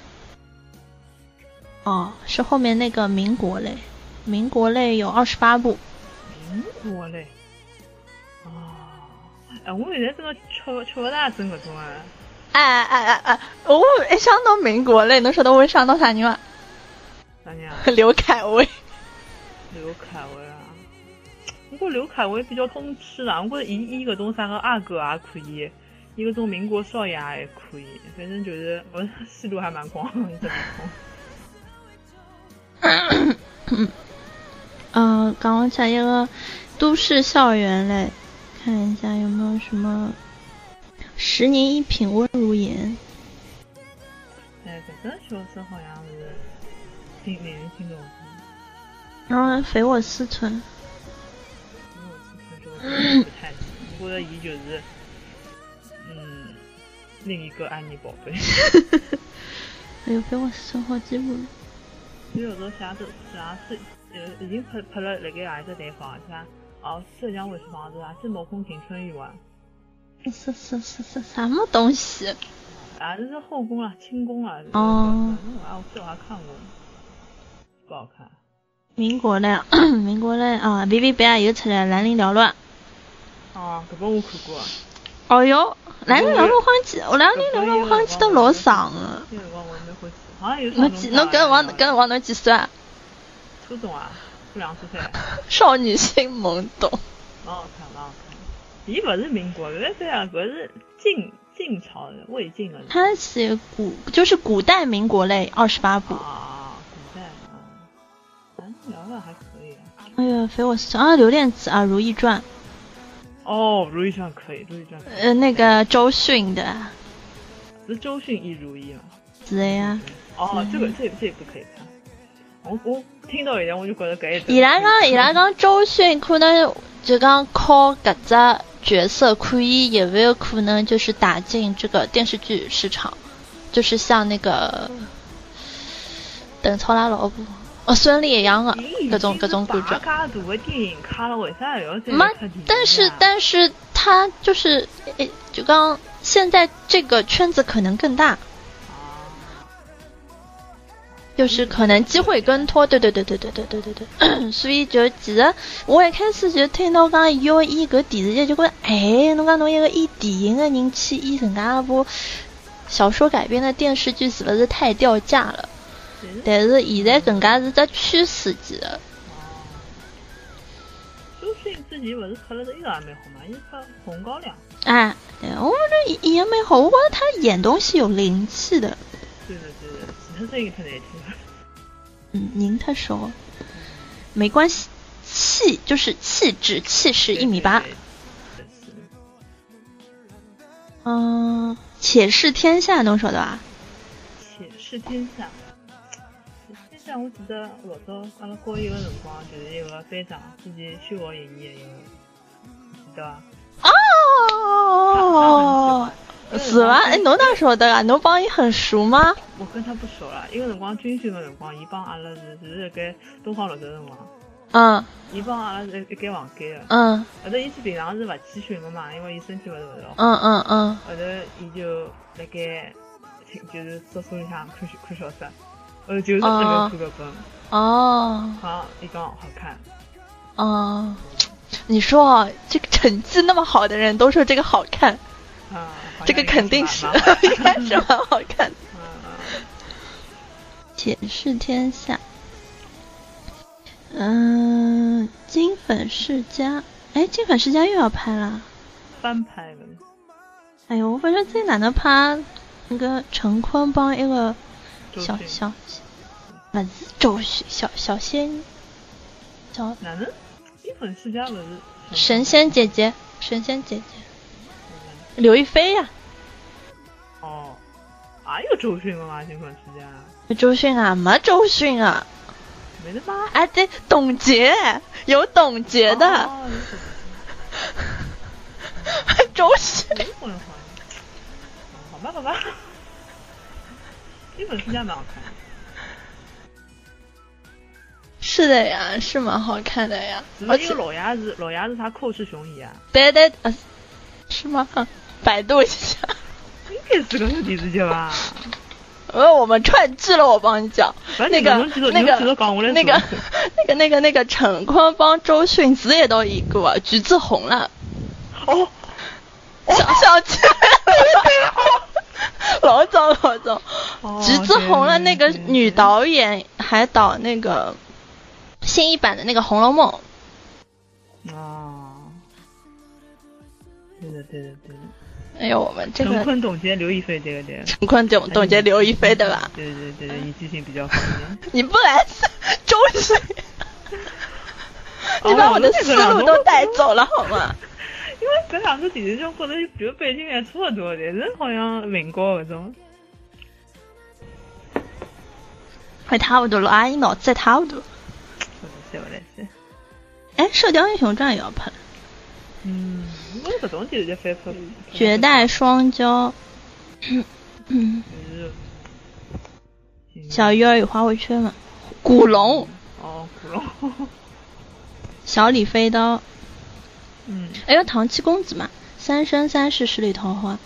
是后面那个民国类有28部。 民国类。我现在这个吃不大整搿种我一想到民国类，侬晓得我会想到啥人吗？ 啥人啊？ 刘恺威。 不过刘恺威比较通吃啦，我觉得伊搿种啥个阿哥也可以，伊搿种民国少爷也可以，反正就是我戏路还蛮广的，这刚才一个都市校园类，看一下有没有什么10年一品温如言。 搿个小说好像是令人心动。 然后匪我思存。 不太行，我觉得伊就是另一个安妮宝贝。 哎呦，匪我思存好几部。 有时候写是已经拍了那个哪一个地方是吧？浙江卫视房子是某空庭春雨啊。 是什么东西？ 这是后宫啊，清宫啊。我这我还看过，不好看。 民国类BBB 又出来《兰陵缭乱》。 搿本我看过。 哟，《兰陵缭乱》好像记得老长了。 这个我没回去，好像有。 侬搿辰光侬几岁啊？ 初中啊，不2岁。 少女心懵懂。 蛮好看。伊勿是民国，搿是晋朝的，魏晋的。 他写古代民国类28部。 古代兰陵缭乱还可以。 哎呀，匪我思存刘恋子《如懿传》。 如懿传可以， 那个周迅的。 是周迅一如懿吗？ 是呀。 这个可以看。我听到现在我就觉得搿一。 伊拉讲周迅可能就讲靠搿只角色可以有没有可能就是打进这个电视剧市场，就是像那个邓超拉老婆孙俪一样的各种感觉。 大的电影卡了，为啥还要再嘛拍电影？ 但是他就是就刚现在这个圈子可能更大。就是可能机会更多，对，所以就其实我一开始就听到讲要演搿电视剧，就觉得侬讲侬一个演电影的人去演人家部小说改编的电视剧，是不是太掉价了？但是现在更加是只趋势其实。 周迅自己不是拍了这个还蛮好嘛，伊拍《红高粱》。 哎，我觉得演蛮好，我觉得他演东西有灵气的。 对，其他声音太难听了。 您太熟，没关系，就是气质气势1.8米。且试天下侬晓得伐？ 且试天下，我记得老早阿拉高一个辰光，就是一个班长之前修学演艺的一个，记得伐？ 哦，是吗？侬哪晓得啊？侬帮伊很熟吗？ 我跟他不熟了，一个辰光军训的辰光，伊帮阿拉是盖东方绿洲辰光。伊帮阿拉是一间房间的。后头伊是平常是勿去训的嘛，因为伊身体勿是老好。后头伊就辣盖就是宿舍里向看小说，后头就是这个看搿本。好，伊讲好看。 你说这个成绩那么好的人都说这个好看。这个肯定是应该是蛮好看的。且试天下。金粉世家，金粉世家又要拍了， 翻拍了。 哎呦，我反正最难的拍那个陈坤帮一个小不是周迅小仙叫哪能？金粉世家不是神仙姐姐，刘亦菲呀。 有周迅的吗？金粉世家？ 周迅啊，没周迅啊。 没的吗？ 对，董洁有董洁的。周迅。 好吧。金粉世家蛮好看的。 是的呀，是蛮好看的呀。 而且老爷子他寇氏雄医啊。 对，是吗？百度一下。 应该是个电视剧吧？ 我们串剧了，我帮你讲。那个陈坤帮周迅子也都一个，橘子红了。想起来了。老早。橘子红了，那个女导演还导那个新一版的那个《红楼梦》。 对。 哎呦，我们这个陈坤、董洁、刘亦菲，对。 陈坤、董洁、刘亦菲的吧？ 对，你记性比较好。 你不来周迅，你把我的思路都带走了好吗？ 因为这两个电视剧觉得就背景也差不多，但是好像民国那种。 还差不多了，阿姨脑子也差不多。射雕英雄传也要拍。 搿种电视剧翻拍。 绝代双骄。小鱼儿与花无缺嘛。古龙。 古龙。 小李飞刀。唐七公子嘛，三生三世十里桃花。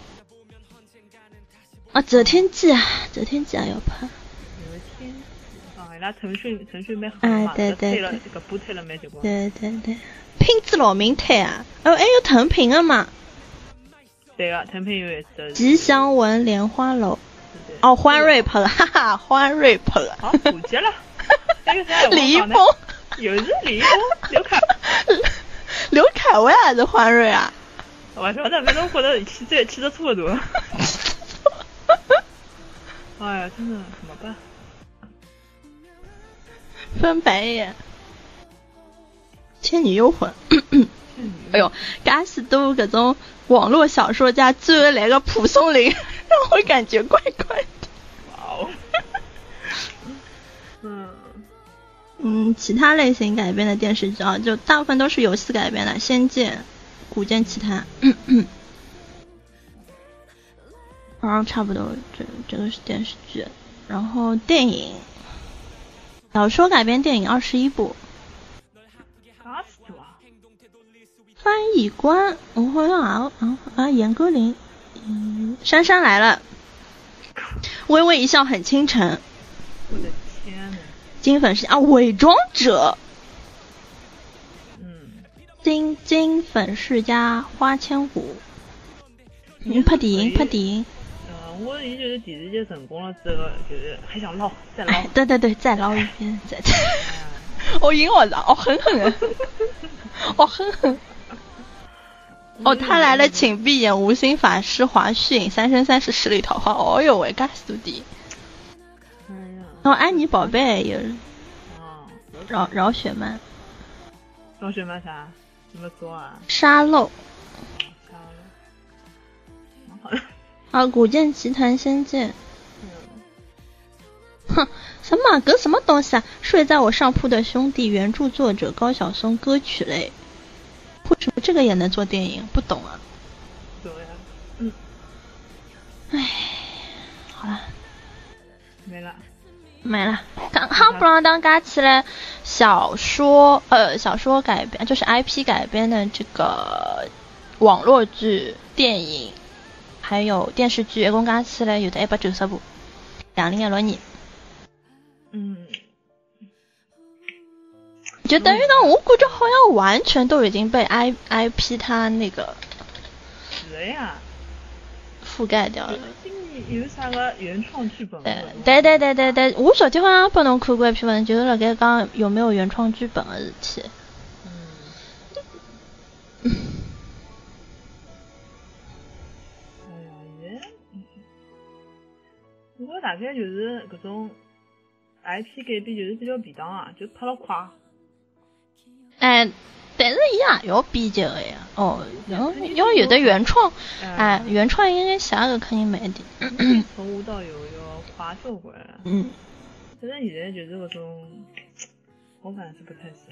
择天记啊要拍。 伊拉腾讯蛮好嘛， 对， 推了这个补贴了蛮结棍。 对，拼子老名推啊，还有腾讯的嘛。 对个，腾讯有一只。 吉祥文莲花楼。欢瑞拍了，哈哈，欢瑞拍了。 普及了。 李易峰。 有是李易峰， 刘恺威还是欢瑞啊？ 我晓得，反正觉得气得差不多。哎呀，真的怎么办？ 翻白眼。倩女幽魂。哎呦，噶许多搿种网络小说家，最后来个蒲松龄，让我感觉怪怪的。 哇哦。其他类型改编的电视剧啊，就大部分都是游戏改编的，《仙剑》《 古剑奇谭》然后差不多这个是电视剧，然后电影小说改编电影21部。翻译官我好像严歌苓，姗姗来了，微微一笑很倾城， 我的天哪， 金粉世家伪装者，金粉世家花千骨，拍电影。 我已经觉得电视剧成功了之后，就是还想再捞。 对，再捞一遍，再。我赢我了，狠狠的，狠狠。他来了，请闭眼，无心法师华胥，三生三世十里桃花。哦哟喂，嘎死的。然后安妮宝贝有，饶雪漫。 饶雪漫啥？怎么说啊？ 沙漏。古剑奇谭仙剑。哼，什么？这什么东西啊？睡在我上铺的兄弟，原著作者高晓松，歌曲类。为什么这个也能做电影？不懂啊。 对呀。 好了。 没了。 刚不让当加起来小说改编，就是 IP 改编的这个网络剧、电影。还有电视剧，一共加起来有的190部，2016年。就等于呢，我感觉好像完全都已经被 IP 它那个是呀覆盖掉了。 有啥个原创剧本？ 对，我昨天好像帮侬看过一篇文，就是辣盖讲有没有原创剧本的事体。 我大概就是搿种 IP 改编就是比较便当啊，就拍了快。 但是伊也要编辑的呀。要有的原创，原创应该写个肯定慢点。 从无到有要快交关。但是现在就是搿种，我反正是不太喜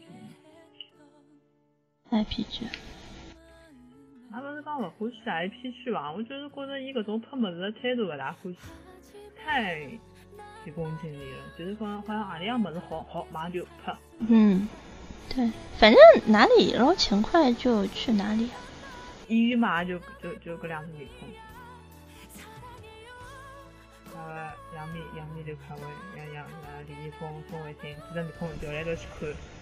欢 IP 剧。 也勿是讲勿欢喜 IP 剧伐，我就是觉得伊搿种拍物事的态度勿大欢喜。太急功近利了，就是好像何里样物事好马上就拍。 对，反正哪里捞钱快就去哪里。 演员嘛就搿两只面孔，杨幂刘恺威，李易峰、宋慧乔，几只面孔调来调去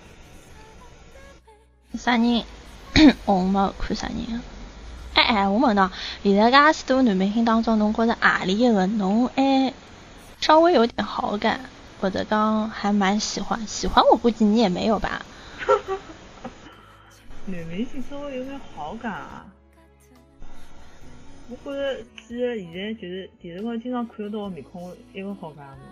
看。 啥人？我没看啥人。我问到，现在介许多男明星当中，侬觉得何里一个侬稍微有点好感，或者讲还蛮喜欢？我估计你也没有吧。 男明星稍微有点好感啊，我觉得记得现在就是电视高经常看得到的面孔一个好感吗？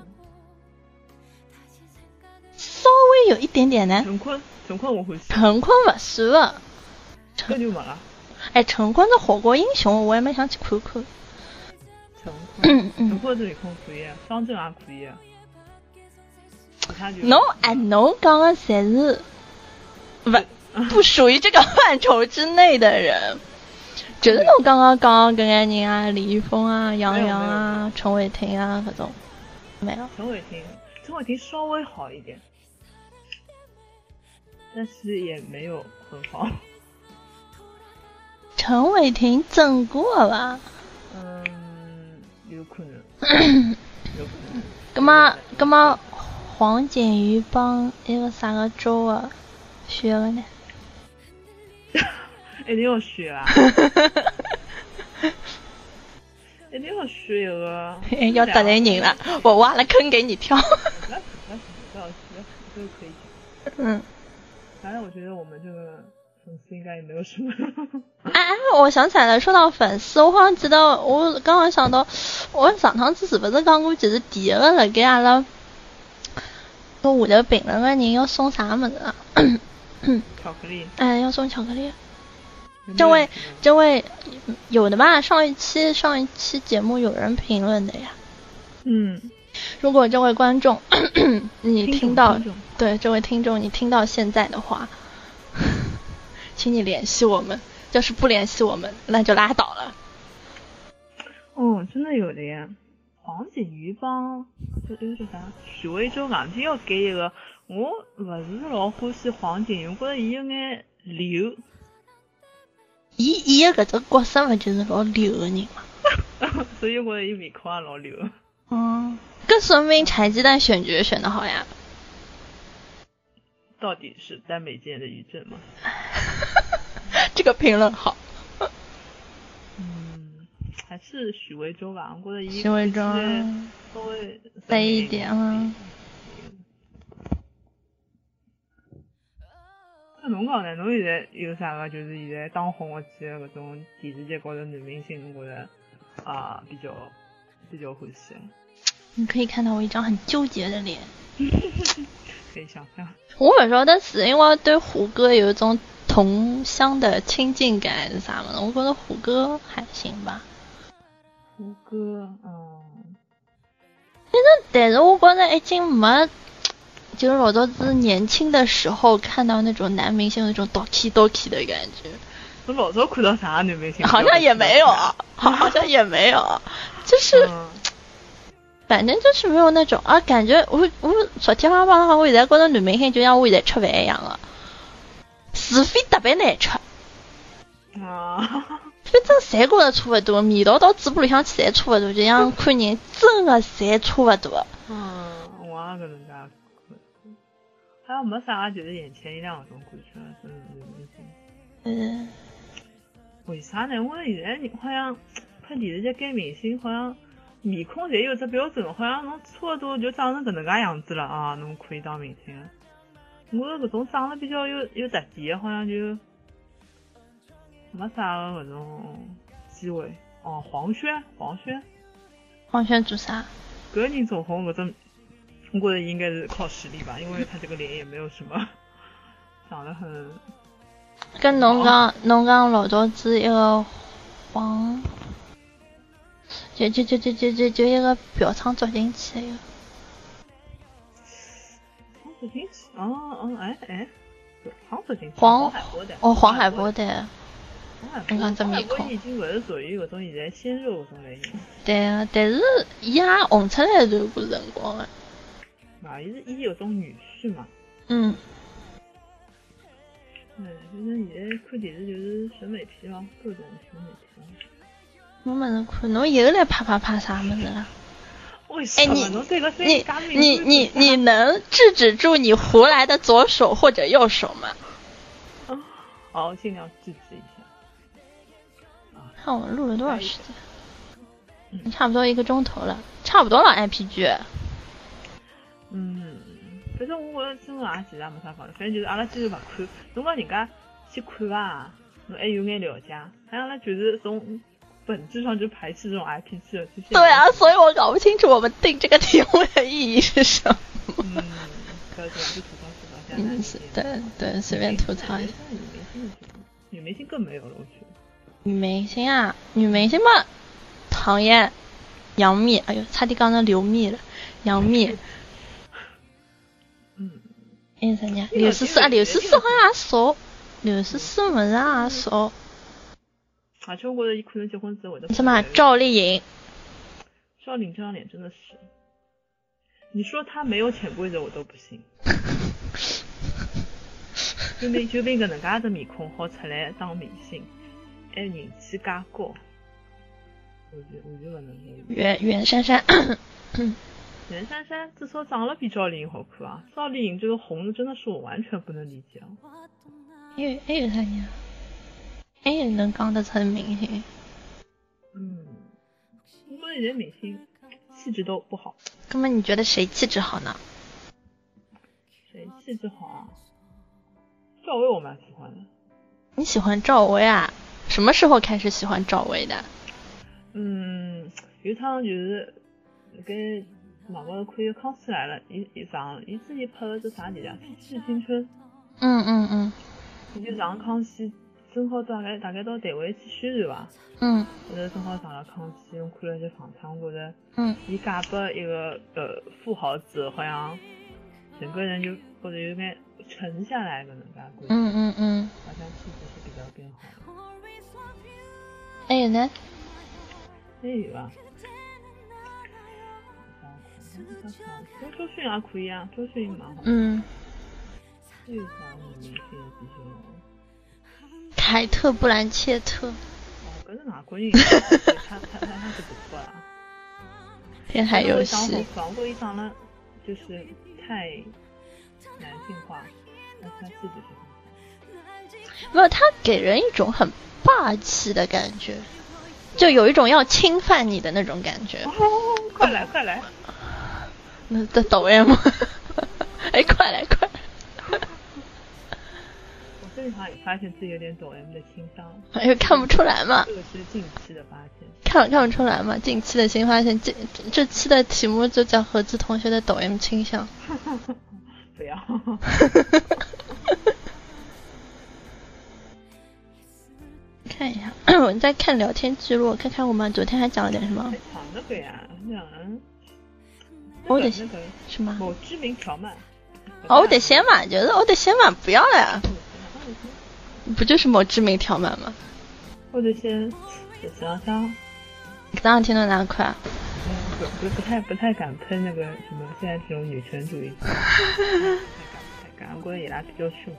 稍微有一点点呢。 陈坤我会喜欢。 陈坤不是的。 这就没了。 陈坤的火锅英雄我也蛮想去看看。 陈坤这面孔可以，张震也可以。 侬讲的侪是不属于这个范畴之内的人，就是侬刚刚讲搿眼人啊，李易峰啊、杨洋啊、陈伟霆啊搿种，没有。 陈伟霆稍微好一点，但是也没有很好。 陈伟霆整过吧？ 有可能。 咁么黄景瑜帮一个啥个周啊学了呢？ 一定要学啊！一定要学一个。 要得罪人了，我挖了坑给你跳。 不要都可以。反正我觉得我们这个粉丝应该也没有什么。 我想起来了，说到粉丝，我好像记得我刚刚想到，我上趟子是不是讲过，就是第一个辣盖阿拉我下头评论的人要送啥么子啊？ 巧克力。 要送巧克力。这位有的吧？上一期节目有人评论的呀。如果这位观众你听到，对这位听众你听到现在的话，请你联系我们， 要是不联系我们，那就拉倒了。 哦，真的有的呀。黄景瑜帮叫啥？许魏洲硬劲要给一个，我不是老欢喜黄景瑜，我觉得伊有眼流。 伊个搿只角色勿就是老流的人嘛？ 所以我觉得伊面孔也老流。 搿说明柴鸡蛋选角选得好呀。 到底是耽美界的余震吗？ 这个评论好。 还是许魏洲吧，我觉得伊许魏洲稍微白一点啊。 那侬讲呢？侬现在有啥个就是现在当红的几个搿种电视剧高头女明星，侬觉得比较欢喜？ 你可以看到我一张很纠结的脸。 可以想象。 我不晓得是因为对胡歌有一种同乡的亲近感还是啥么？我觉得胡歌还行吧。 胡歌， 但是我觉得已经没，就是老早子年轻的时候看到那种男明星那种 doki 的感觉。 我老早看到啥女明星？ 好像也没有，好像也没有，就是。反正就是没有那种感觉我昨天晚上我现在觉得女明星就像我现在吃饭一样的，除非特别难吃。反正侪觉得差不多，味道到嘴巴里向去侪差不多，就像看人真的侪差不多。 我也搿能介看，好像没啥就是眼前一亮搿种感觉，真女明星。为啥呢？我现在人好像看电视剧改明星，好像面孔侪有只标准，好像侬差不多就长成搿能介样子了啊，侬可以当明星了。我搿种长得比较有特点的，好像就没啥个搿种机会。黄轩做啥？搿个人走红，我觉得应该是靠实力吧，因为他这个脸也没有什么长得很。 跟侬讲老早子一个黄，就一个表仓捉进去的一个。 捉进去？表仓捉进去。 黄海波的。 你看这面孔。 已经不是属于搿种现在鲜肉搿种类型。 对啊，但是伊也红出来一段过辰光的。 伊有种女婿嘛。就是现在看电视就是审美疲劳，各种审美疲劳。 我没能看，侬又来啪啥么子了？ 为什么？侬对个声音加敏感。 你能制止住你胡来的左手或者右手吗？ 好，尽量制止一下。 看我录了多少时间？差不多1个钟头了，差不多了 IP 反正我真的也其实也没啥讲的，反正就是阿拉继续勿看。侬讲人家去看伐，侬还有眼了解，好像阿拉就是从本质上就排斥这种 IP 剧的。 对啊，所以我搞不清楚我们定这个题目的意义是什么。 可以就吐槽一下。 对，随便吐槽一下。 女明星更没有了，我觉得。 女明星嘛，唐嫣、杨幂，哎呦，差点讲成刘幂了，杨幂。还有啥人？刘诗诗好像也少，刘诗诗么子也少。 而且我觉得伊可能结婚之后会得。 什么？赵丽颖这张脸真的是，你说她没有潜规则我都不信。就凭搿能介的面孔好出来当明星，还人气介高，我就不能。 袁姗姗。 袁姗姗至少长得比赵丽颖好看啊！赵丽颖这个红的真的是我完全不能理解啊！ 还有啥人？还有能讲得成明星？ 我觉得现在明星气质都不好。 那么你觉得谁气质好呢？ 谁气质好啊？赵薇我蛮喜欢的。 你喜欢赵薇啊？什么时候开始喜欢赵薇的？ 有一趟就是跟网高头看《康熙来了》，伊自己拍的这啥节啊？《致青春》。伊就上康熙，正好大概到台湾去宣传吧。后头正好上了康熙，我看了一些访谈，我觉得伊嫁拨一个富豪子，好像整个人就或者有点沉下来的那个。好像气质是比较变好的。 还有呢？ 还有啊。周迅也可以啊，周迅蛮好。还有啥女明星的比较？ 凯特·布兰切特。 搿是外国人，他是不错啦。 天海游戏。 不过伊长得就是太男性化，但是他气质是很好。 没有，他给人一种很霸气的感觉，就有一种要侵犯你的那种感觉。 快来！ 那的抖 M， 哎，快来！ 我最近好像也发现自己有点抖 M 的倾向。 哎，看不出来嘛。 这个是近期的发现。 看不出来嘛？近期的新发现，这期的题目就叫何子同学的抖 M 倾向。 不要。 看一下，我在看聊天记录，看看我们昨天还讲了点什么。 讲那个呀， 欧德先什么？ 某知名条漫。 欧德先嘛，就是欧德先嘛，不要了呀。不就是某知名条漫吗？ 欧德先就是好像。 当然听到哪块啊？ 不太敢喷那个什么现在这种女权主义。太敢，我觉得伊拉比较凶。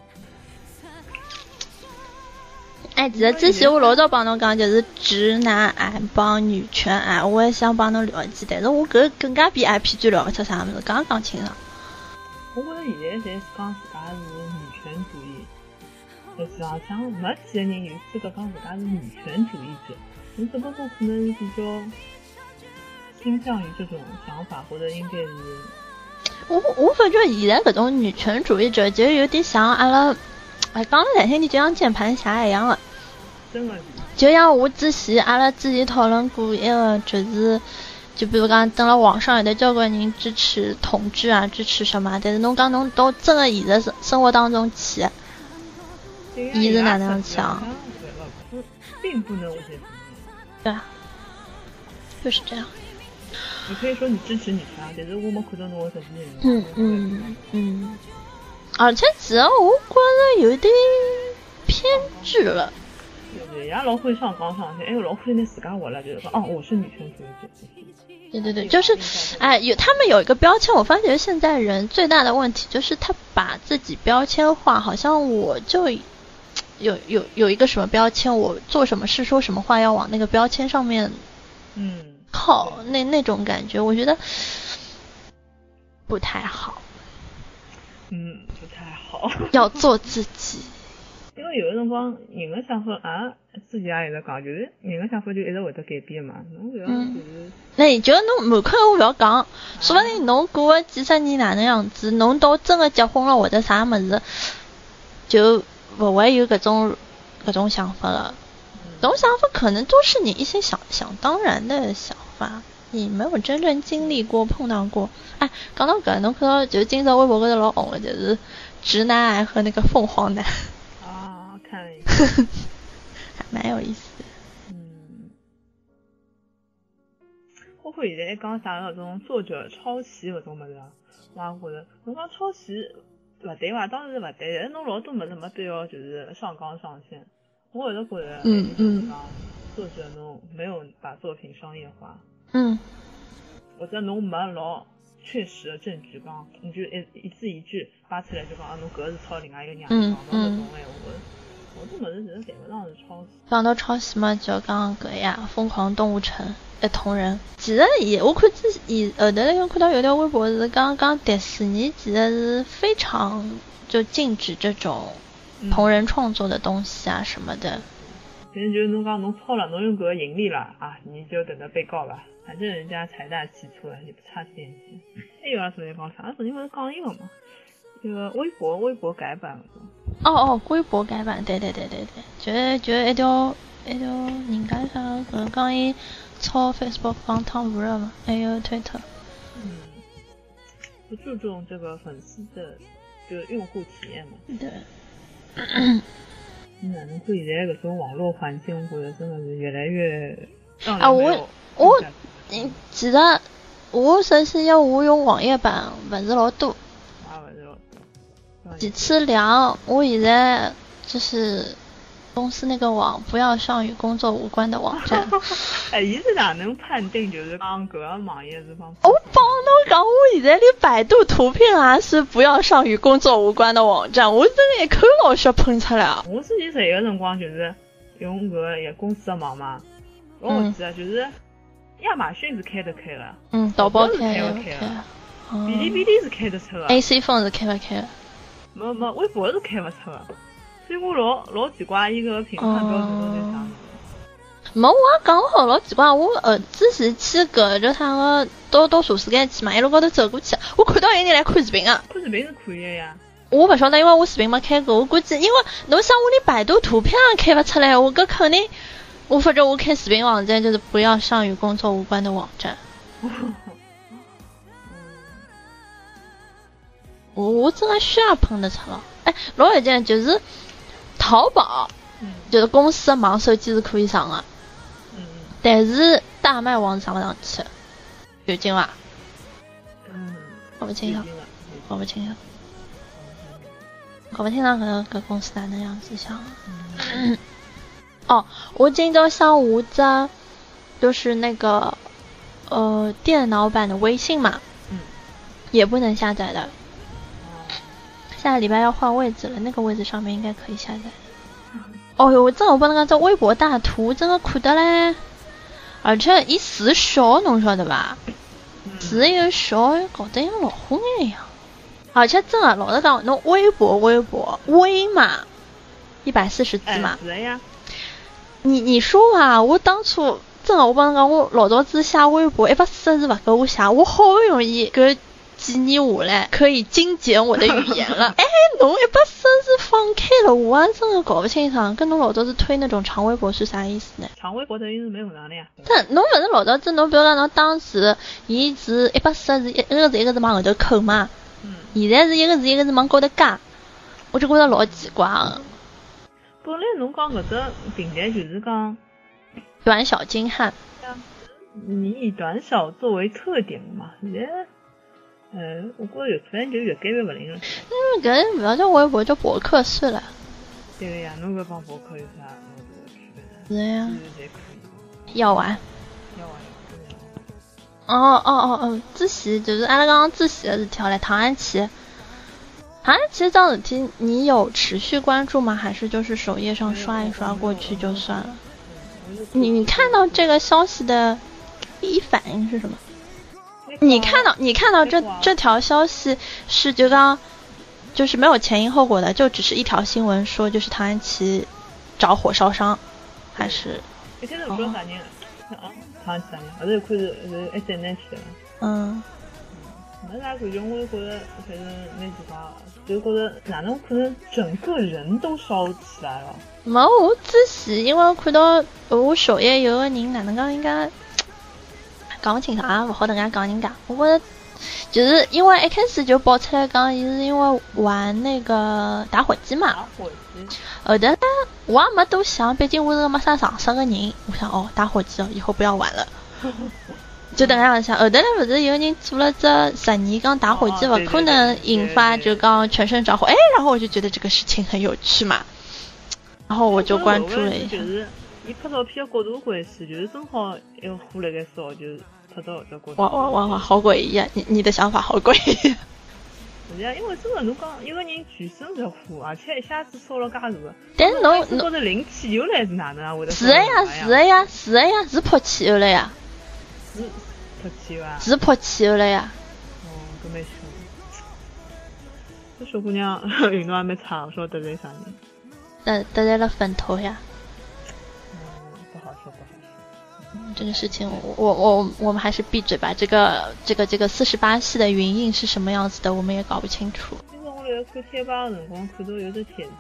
哎，其实之前我老早帮侬讲，就是直男癌帮女权癌，我也想帮侬了解，但是我更加比 IP 聊不出啥么子，刚刚清爽。 我觉得现在侪是讲自家是女权主义，实际上像没几个人有资格讲自家是女权主义者，你只不过可能是比较倾向于这种想法，或者应该是。 我发觉现在搿种女权主义者就有点像阿拉。哎，讲了难听点，就像键盘侠一样的， 真的。 就像我阿拉之前讨论过一个，就比如讲，等了网上有的交关人支持同志啊，支持什么，但是侬讲侬到真的现实生活当中去，伊是哪能想？ 并不能完全同意。 对啊，就是这样。 你可以说你支持女权，但是我没看到侬的实际。 而且其实我觉得有点偏执了。 对，也老会上纲上线，哎，老会那自家活了，就是说，我是女权主义者。 对，就是他们有一个标签，我发觉现在人最大的问题就是他把自己标签化，好像我就有一个什么标签，我做什么事说什么话要往那个标签上面靠，那种感觉，我觉得不太好。 不太好。 要做自己。 因为有的辰光人的想法自己也一直讲，就是人的想法就一直会得改变嘛。侬搿样就是。 那就侬满口话不要讲，说不定侬过个几十年哪能样子，侬到真的结婚了或者啥么子，就不会有搿种想法了。这种想法可能都是你一些想当然的想法。你没有真正经历过碰到过。哎，讲到搿侬看到就今朝微博高头老红的就是直男癌和那个凤凰男看了一下还蛮有意思的。 包括现在讲啥搿种作者抄袭搿种物事我觉着侬讲抄袭勿对伐？当然是勿对，但是侬老多物事没必要就是上纲上线。我一直觉着作者侬没有把作品商业化。或者侬没老确实的证据讲，你就一字一句扒出来就讲侬搿是抄另外一个人讲搿种闲话，我这物事其实谈不上是抄袭。讲到抄袭嘛，就讲搿呀，疯狂动物城一同人。其实我看后头来看到有条微博是讲迪士尼其实是非常就禁止这种同人创作的东西啊什么的。 其实就是侬讲侬抄了，侬用搿个盈利了你就等着被告吧。反正人家财大气粗了，也不差这点钱。还有昨天讲啥？昨天不是讲一个嘛？这个微博改版。 微博改版，对，就一条人家啥讲伊抄 Facebook 帮汤不热嘛，还有推特。 不注重这个粉丝的就用户体验嘛。 对。 哪能看现在搿种网络环境，我觉得真的是越来越我其实我首先我用网页版勿是老多， 是咯。 几次聊，我现在就是公司那个网不要上与工作无关的网站。 哎，伊是哪能判定就是讲搿个网页是帮？ 我帮侬讲，我现在连百度图片也是不要上与工作无关的网站，我真的一口老血喷出来啊！ 我之前有个辰光就是用搿个公司的网嘛，我记得就是亚马逊是开得开了， 淘宝开了， 哔哩哔哩是开得出的 ，AC 风是开不开？ 没，微博是开不出的，所以我老奇怪伊个评判标准都在啥？ 没，我也讲好老奇怪，我之前去搿就他个到茶水间去嘛，一路高头走过去，我看到有人来看视频啊。 看视频是可以的呀。 我不晓得，因为我视频没开过，我估计因为侬想我连百度图片也开不出来，我搿肯定，我反正我看视频网站就是不要上与工作无关的网站。我真的需要喷得出了。哎，老有件就是淘宝，就是公司的网手机是可以上的，但是大麦网上不上去，有劲伐？搞不清楚，搞不清楚，搞不清楚搿公司哪能样子想。哦，我今朝上午在就是那个电脑版的微信嘛，也不能下载的。下个礼拜要换位置了，那个位置上面应该可以下载。哦哟，我真的不能讲这微博大图真的看得嘞，而且伊字小，侬晓得吧？字又小，搞得像老昏一样。而且真的老实讲，侬微博微嘛，140字嘛。 是的呀。 你说吧，我当初真的我帮侬讲，我老早子写微博140字不够我写，我好不容易搿几年下来可以精简我的语言了。哎，侬140字放开了，我还真的搞不清楚，跟侬老早子推那种长微博是啥意思呢？ 长微博等于是没有上的呀。 但侬晓得老早子，侬比如讲侬当时伊是140字，一个字往后头扣嘛。现在是一个字往高头加，我就觉得老奇怪的。 本来侬讲搿只平台就是讲短小精悍， 你以短小作为特点嘛。现在我觉着越发就越改越勿灵了。 搿勿要叫微博，叫博客算了。 对个呀，侬搿帮博客有啥区别？ 是呀。 侪可以。 要玩。之前就是阿拉刚刚之前的事体，来唐安琪这桩事体，你有持续关注吗？还是就是首页上刷一刷过去就算了？你看到这个消息的第一反应是什么？你看到这条消息是就是没有前因后果的，就只是一条新闻说就是唐安琪着火烧伤，还是？ 一开始不知道啥人唐安琪啥人，后头一看是 SNH 的。没啥感觉，我就觉得反正那几个，就觉得哪能可能整个人都烧起来了？ 没，我之前因为看到我首页有个人哪能讲应该讲不清楚啊，不好等人家讲人家。我觉得就是因为一开始就爆出来讲，伊是因为玩那个打火机嘛。后头呢，我也没多想，毕竟我是个没啥常识的人，我想打火机以后不要玩了。就等样想，后头呢不是有人做了这实验，讲打火机不可能引发就讲全身着火，然后我就觉得这个事情很有趣嘛，然后我就关注了一下。 就是伊拍照片的角度关系，就是正好一个火辣盖烧，就是拍到这角度。 哇，好诡异啊！你的想法好诡异。 是呀，因为真的侬讲一个人全身着火，而且一下子烧了介大个， 但侬觉得淋汽油来是哪能啊？会得是的呀，是泼汽油了呀。 是泼汽油啊！ 是泼汽油了呀！ 搿蛮凶。这小姑娘运动还蛮差，我说得罪啥人？ 得罪了粉头呀。 不好说。 这个事情我们还是闭嘴吧。这个48系的云印是什么样子的，我们也搞不清楚。 今朝我来看贴吧的辰光，看到有只帖子，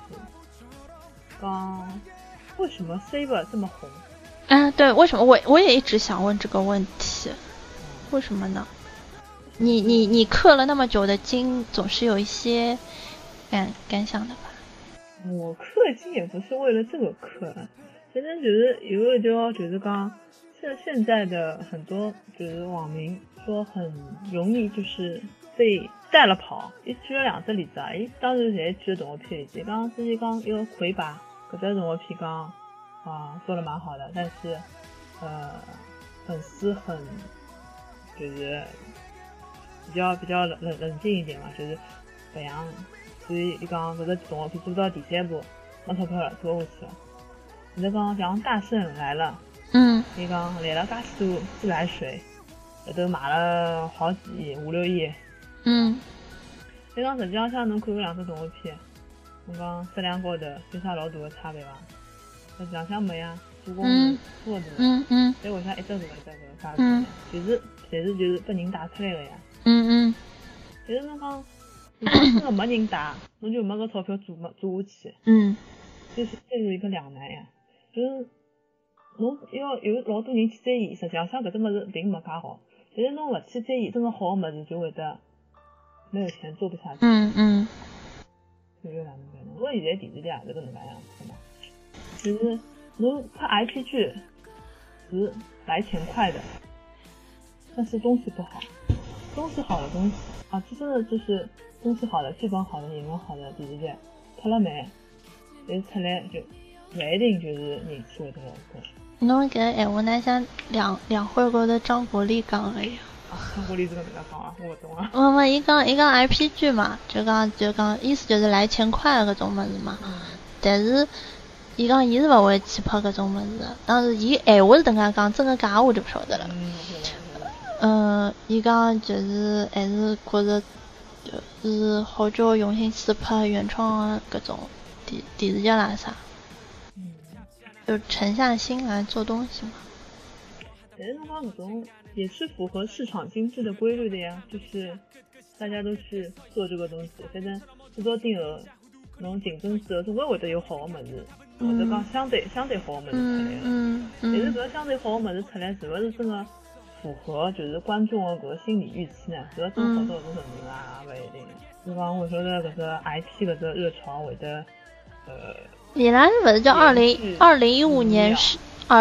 讲为什么 Saber 这么红？ 对，为什么我也一直想问这个问题，为什么呢？你氪了那么久的金，总是有一些感想的吧？ 我氪金也不是为了这个氪，反正就是有个就是讲，现在的很多就是网民说很容易就是被带了跑，伊举了2只例子啊，伊当然侪举了动画片例子。刚之前讲一个魁拔，搿只动画片讲做了蛮好的，但是粉丝很就是比较冷静一点嘛，就是搿样，所以伊讲搿只动画片做到第3部没钞票了，做不下去了。现在讲像大圣来了，伊讲来了介许多自来水，都买了好几亿，5、6亿。伊讲实际上像侬看搿2只动画片，侬讲质量高头有啥老大的差别伐？实际上没呀，做工差勿多。但为啥一只大一只差别？就是侪是就是被人打出来的呀。但是侬讲，如果真的没人打，侬就没搿钞票做下去。这是一个两难呀。就是侬要有老多人去追伊，实际上搿只物事并没介好。但是侬勿去追伊，真个好个物事就会得没有钱做不下去。就有哪能办呢？因为现在电视剧也是搿能介样子嘛。就是侬拍 IP 剧是来钱快的，但是东西不好。东西好的东西啊，这真的就是东西好的、剧本好的、演员好的电视剧拍了没？但是出来就不一定就是人气会得老高。 侬搿闲话呢像两会高头张国立讲个呀。 张国立是搿能介讲啊，我勿懂啊。 伊讲 IP 剧嘛，就讲意思就是来钱快搿种物事嘛。但是伊讲伊是勿会去拍搿种物事的，但是伊闲话是搿能介讲，真个假我就不晓得了。伊讲就是还是觉着就是好叫用心去拍原创的搿种电视剧啦啥，就沉下心来做东西嘛。 但是侬讲搿种也是符合市场经济的规律的呀，就是大家都去做这个东西，反正制作定额，侬竞争之后总归会得有好的物事，或者讲相对好的物事出来了。但是搿相对好的物事出来，是勿是真的符合就是观众的搿个心理预期呢？搿真好到多程度啊，勿一定。就讲我晓得搿只 IP 搿只热潮会得伊拉是勿是叫2015年是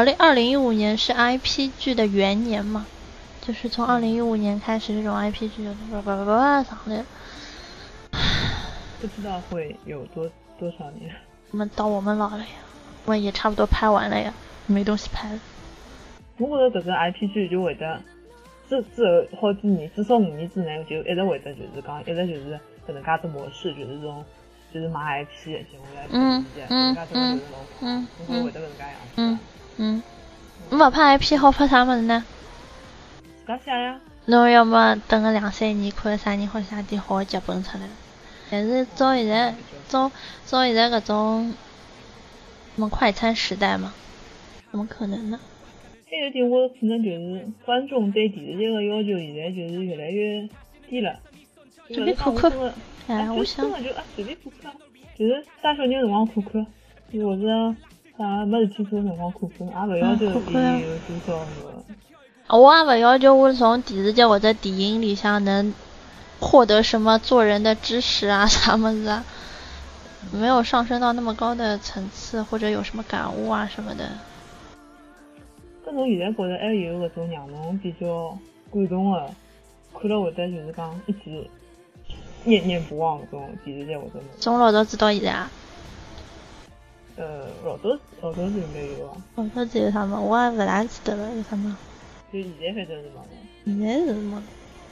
2015年是 IP 剧的元年嘛？就是从2015年开始，这种 IP 剧就上来了。 不知道会有多少年。 到我们老了呀，我们也差不多拍完了呀，没东西拍了。 我觉得搿个 IP 剧就会得之后好几年，至少5年之内就一直会得就是讲一直就是搿能介只模式，就是这种就是买 IP 接下来搿能介种流程，应该会得搿能介样子。 侬勿拍 IP 好拍啥物事呢？ 自家写呀。 侬要么等个2-3年，看啥人好写点好的剧本出来。但是照现在搿种什么快餐时代嘛，怎么可能呢？ 还有一点，我可能就是观众对电视剧的要求现在就是越来越低了。 随便看看，我想真的就随便看看，就是带小人辰光看看，或者啥没事体做辰光看看，也勿要求伊有多少个。 我也勿要求我从电视剧或者电影里向能获得什么做人的知识啊啥么子啊，没有上升到那么高的层次，或者有什么感悟啊什么的。 搿侬现在觉得还有搿种让侬比较感动的，看了会得就是讲一直念念不忘搿种电视剧或者从老早子到现在啊？ 老早子应该有啊。 老早子有啥么？我也勿大记得了，有啥么？ 就现在反正是没了。 现在是没了。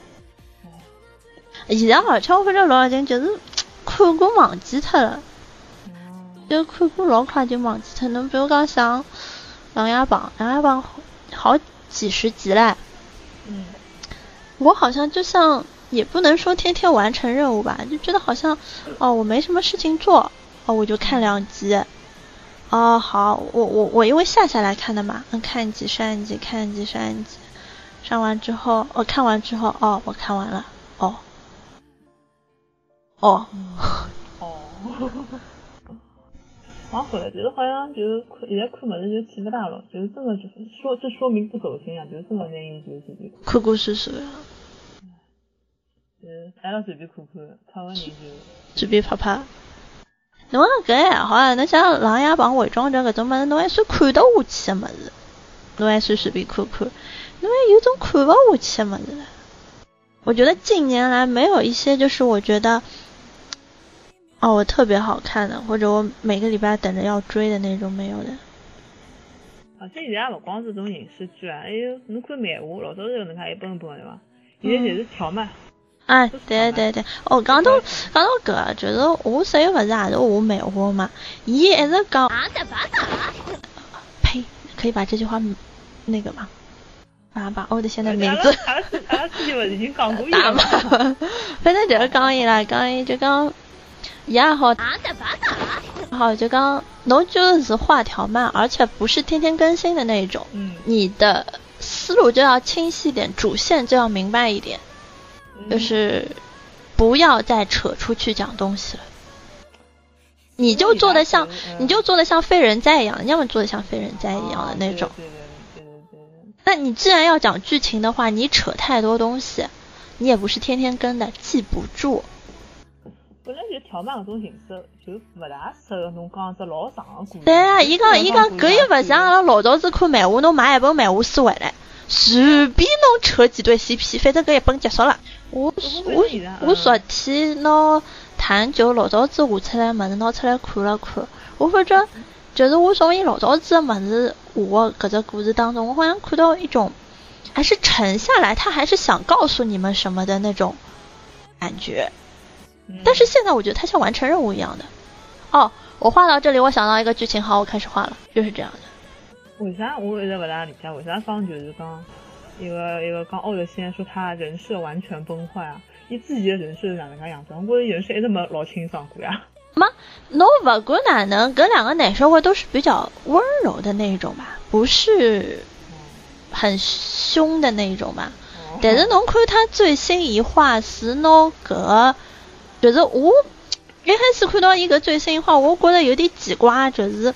现在而且我反正老已经就是看过忘记脱了，就看过老快就忘记脱。侬比如讲像《琅琊榜》好几十集嘞。我好像就像也不能说天天完成任务吧，就觉得好像我没什么事情做，我就看2集。好，我因为下来看的嘛，看几十集，看几十集，上完之后，看完之后，我看完了， 蛮好的，就是好像就是现在看么子就气不大了，就是真的就是说明不走心啊，就是真的难以就是看过试试呀。 还要随便看看，看完人就随便拍拍。侬搿还好啊，侬像《琅琊榜》伪装者搿种物事，侬还算看得下去的物事，侬还算随便看看。侬还有种看勿下去的物事唻， 我觉得近年来没有一些就是我觉得我特别好看的，或者我每个礼拜等着要追的那种，没有的。 而且现在也勿光是种影视剧啊，还有侬看漫画，老早是能介一本本对伐？现在侪是条漫。 对，讲到搿，就是我室友勿是也是画漫画嘛，伊一直讲，呸，可以把这句话那个吗？把欧的现在名字， 阿之前勿是已经讲过伊了吗？反正就是讲伊啦，讲伊就讲，伊也好，就讲侬就是画条漫，而且不是天天更新的那种，你的思路就要清晰点，主线就要明白一点，就是不要再扯出去讲东西了。你就做的像废人哉一样，要么做的像废人哉一样的那种。那你既然要讲剧情的话，你扯太多东西，你也不是天天跟的，记不住。 本来就条漫搿种形式就勿大适合侬讲只老长的故事。 对啊，伊讲搿又勿像阿拉老早子看漫画，侬买一本漫画书回来，随便侬扯几对 CP， 反正搿一本结束了。我昨天拿谭九老早子画出来物事拿出来看了看，我发觉就是我从伊老早子的物事画搿只故事当中，我好像看到一种还是沉下来，他还是想告诉你们什么的那种感觉。但是现在我觉得他像完成任务一样的。我画到这里，我想到一个剧情，好，我开始画了，就是这样的。 为啥我一直勿大理解？为啥讲就是讲一个讲欧德先说他人设完全崩坏啊？伊自己的人设是哪能个样子？我觉得人设一直没老清爽过呀。 侬不管哪能，搿两个男生会都是比较温柔的那种吧，不是很凶的那种吧。但是侬看他最新一话是侬搿，就是我一开始看到一个最新一话，我觉得有点奇怪，就是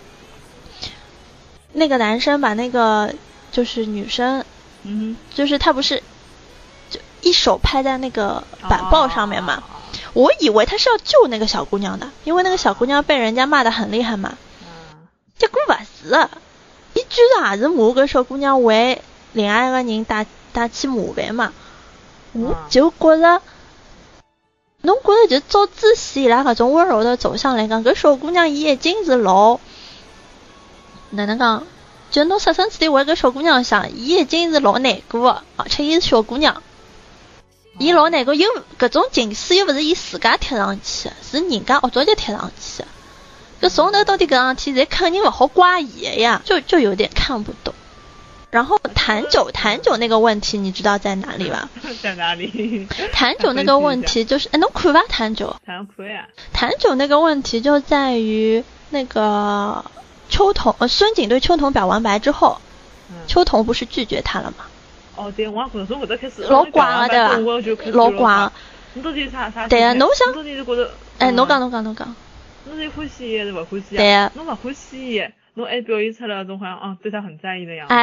那个男生把那个就是女生，就是他不是就一手拍在那个板报上面嘛。我以为他是要救那个小姑娘的，因为那个小姑娘被人家骂得很厉害嘛。结果不是，伊居然也是骂搿小姑娘为另外一个人带起麻烦嘛。我就觉着，侬觉着就照仔细伊拉搿种温柔的走向来讲，搿小姑娘伊已经是老哪能讲，就侬设身处地为搿小姑娘想，伊已经是老难过的，而且伊是小姑娘。伊老难过，又搿种情绪又勿是伊自家贴上去的，是人家恶作剧贴上去的。搿从头到底搿样事体，侪肯定勿好怪伊的呀，就有点看不懂。然后谭九那个问题，你知道在哪里吧？ 在哪里？ 谭九那个问题就是，侬看吧，谭九。 看呀。谭九那个问题就在于那个孙景对秋桐表完白之后，秋桐不是拒绝他了吗？ 对，我从搿搭开始老怪个对伐？老怪个。 侬到底啥？ 对啊，侬想？ 侬到底是觉得？ 侬讲。 侬是欢喜伊还是勿欢喜啊？ 对啊。 侬勿欢喜伊，侬还表现出来那种好像对他很在意的样子。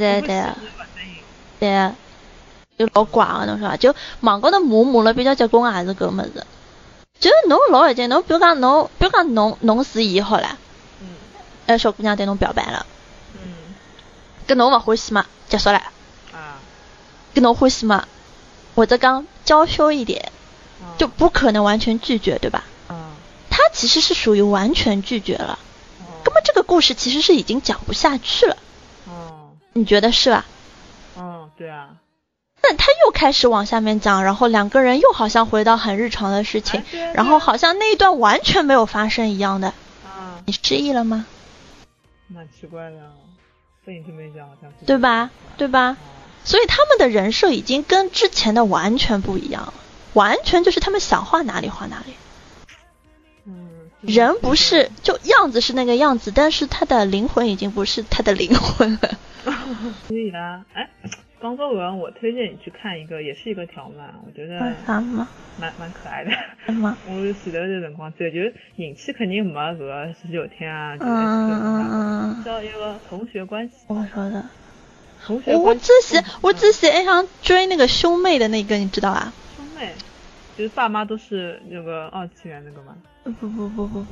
对啊。就老怪个，侬说伐？就网高头骂了比较结棍个也是搿物事。就是侬老有劲，侬比如讲侬是伊好了。小姑娘对侬表白了。搿侬勿欢喜嘛？结束了。跟侬欢喜嘛，或者讲娇羞一点，就不可能完全拒绝，对吧？他其实是属于完全拒绝了，根本这个故事其实是已经讲不下去了。你觉得是吧？ 对啊。 那他又开始往下面讲，然后两个人又好像回到很日常的事情，然后好像那一段完全没有发生一样的。你失忆了吗？ 蛮奇怪的，被你这么一讲好像是。 对吧？所以他们的人设已经跟之前的完全不一样了，完全就是他们想画哪里画哪里。人不是就样子是那个样子，但是他的灵魂已经不是他的灵魂了。 所以啦，刚说完，我推荐你去看一个，也是一个条漫，我觉得蛮可爱的。我前头的辰光追，就是人气肯定没搿个19天啊，叫一个同学关系。 我说的。我之前还想追那个兄妹的那个，你知道啊？ 兄妹，就是爸妈都是那个二次元那个吗？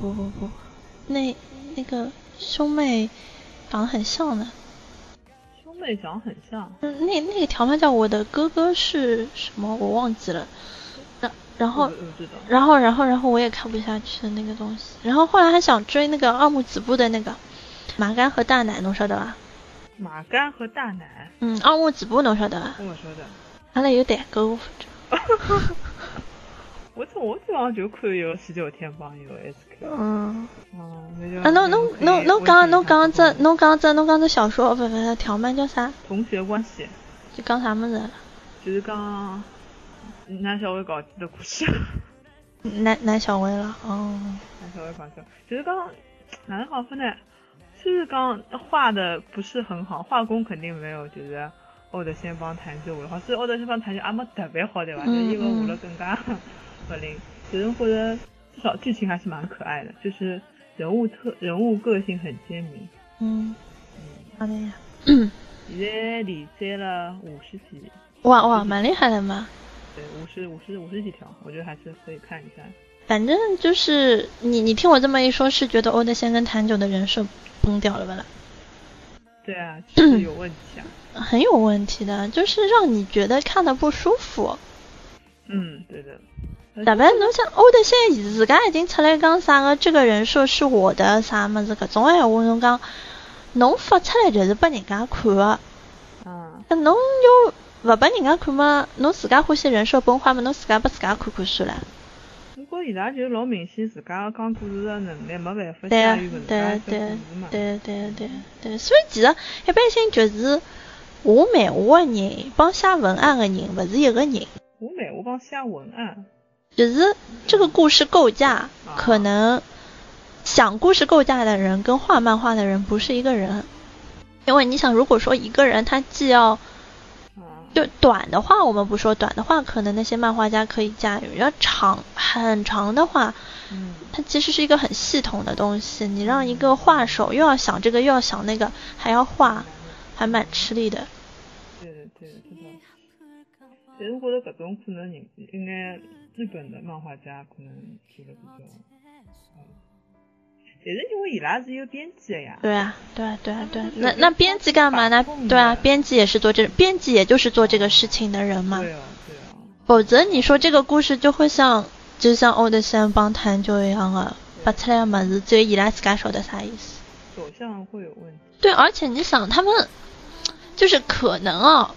不，那个兄妹长得很像的。 兄妹长很像。 那个条漫叫我的哥哥是什么我忘记了。然后我也看不下去的那个东西。然后后来还想追那个二木子部的那个马干和大奶，侬晓得吧？ 马干和大奶。 二木子部侬晓得吧？ 我晓得。 阿拉有代沟。 我基本上就看有喜九天帮有 SK。 侬讲这小说不条漫叫啥？ 同学关系。 就讲啥么子？ 就是讲南小薇搞基的故事。 南小薇了， 南小薇搞基，就是讲哪能好分呢？就是讲画的不是很好，画工肯定没有，就是欧德先帮谭就画好，所以欧德先帮谭就也没特别好对吧？就因为画了更加不灵，就是或者至少剧情还是蛮可爱的，就是人物个性很鲜明。 好的呀。 现在连载了50集。 哇，蛮厉害的嘛。 对，50几条，我觉得还是可以看一下。 反正就是你听我这么一说，是觉得欧德先跟谭九的人设崩掉了吧啦？ 对啊，就是有问题啊。 很有问题的，就是让你觉得看得不舒服。 对的。 特别侬像欧德先自家已经出来讲啥个这个人设是我的啥么子搿种闲话，侬讲侬发出来就是拨人家看的。侬就勿拨人家看嘛，侬自家欢喜人设崩坏嘛，侬自家拨自家看看算了。 如果伊拉就老明显自家讲故事的能力没办法驾驭搿能介故事嘛。 对，所以其实一般性就是画漫画的人帮写文案的人勿是一个人。 画漫画帮写文案， 就是这个故事构架，可能想故事构架的人跟画漫画的人不是一个人。因为你想，如果说一个人他既要就短的话，我们不说短的话，可能那些漫画家可以驾驭。要很长的话，它其实是一个很系统的东西。你让一个画手又要想这个又要想那个，还要画，还蛮吃力的。 对的，这倒是。其实我觉得搿种可能应该日本的漫画家可能做的比较。也是因为伊拉是有编辑的呀。对啊。 那编辑干嘛呢？对啊，编辑也是编辑也就是做这个事情的人嘛。 对啊。 否则你说这个故事就会像欧德先帮谭九一样的，发出来的么子只有伊拉自家晓得啥意思。 走向会有问题。 对，而且你想他们就是可能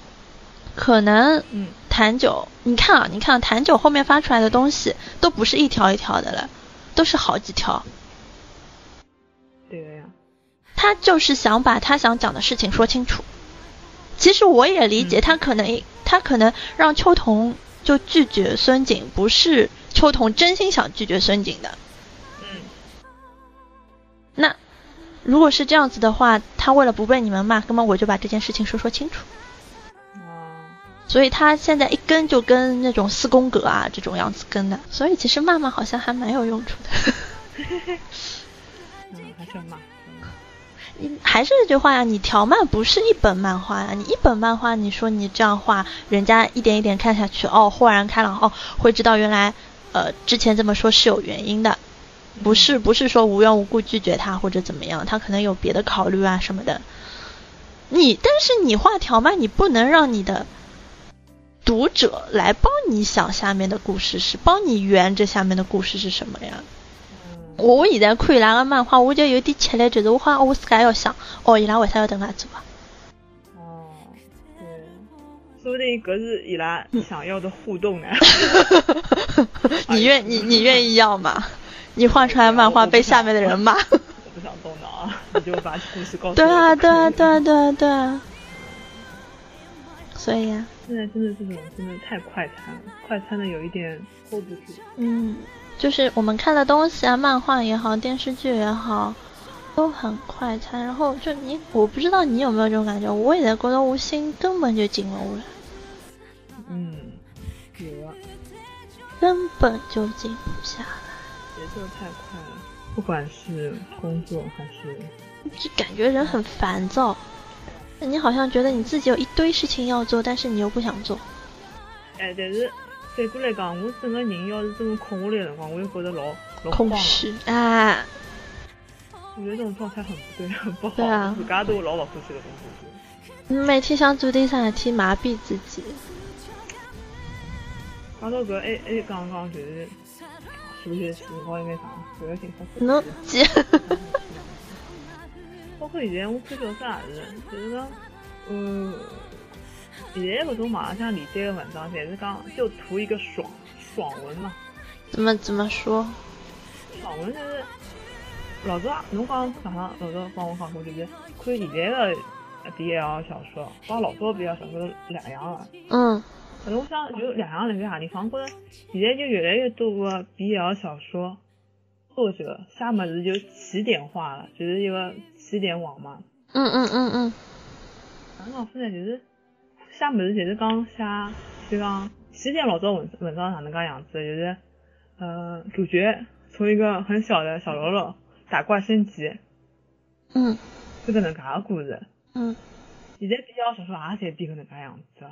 谭九，你看谭九后面发出来的东西都不是一条一条的了，都是好几条。 对呀。 他就是想把他想讲的事情说清楚。其实我也理解，他可能让秋桐就拒绝孙景，不是秋桐真心想拒绝孙景的。那如果是这样子的话，他为了不被你们骂，根本我就把这件事情说清楚。所以他现在一跟就跟那种4宫格啊这种样子跟的，所以其实骂好像还蛮有用处的。 还是骂。 还是这句话呀，你条漫不是一本漫画呀，你一本漫画你说你这样画，人家一点一点看下去，豁然开朗，会知道原来之前这么说是有原因的，不是说无缘无故拒绝他或者怎么样，他可能有别的考虑啊什么的。但是你画条漫，你不能让你的读者来帮你想下面的故事，是帮你圆这下面的故事是什么呀。我现在看伊拉个漫画，我就有点吃力，就是我好像我自家要想，伊拉为啥要等他做啊？ 对，说不定搿是伊拉想要的互动呢。 你愿意要吗？你画出来漫画被下面的人骂。 我不想动脑啊，你就把故事告诉我。 对啊。所以呀， 现在真的这种真的太快餐了，快餐的有一点 hold 不住。 就是我们看的东西啊，漫画也好，电视剧也好，都很快餐。然后就我不知道你有没有这种感觉，我也在觉得我心根本就静不下来。 有啊， 根本就静不下来。 节奏太快了，不管是工作还是， 就感觉人很烦躁。你好像觉得你自己有一堆事情要做，但是你又不想做。 但是反过来讲，我整个人要是这么空下来的辰光，我又觉得老空虚啊。 我觉得这种状态很不对，很不好。 对啊， 自家都老不欢喜搿种感觉。每天想做点啥事体麻痹自己。 讲到搿，刚刚就是数学时光应该讲，主要情况。 侬记。 包括现在我看小说也是，就是讲，现在搿种网上连载的文章，侪是讲就图一个爽文嘛。 怎么说？ 爽文就是老早侬讲上老早帮我讲过，就是看现在的 BL 小说，帮老早 BL 小说是两样的。我想就两样辣盖啥地方？觉着现在就越来越多个 BL 小说作者写么子就起点化了，就是一个起点网嘛。哪能讲法呢？就是写么子就是讲写，就讲起点老早文章哪能介样子？就是主角从一个很小的小喽啰打怪升级。是搿能介个故事。现在 BL 小说也侪变搿能介样子。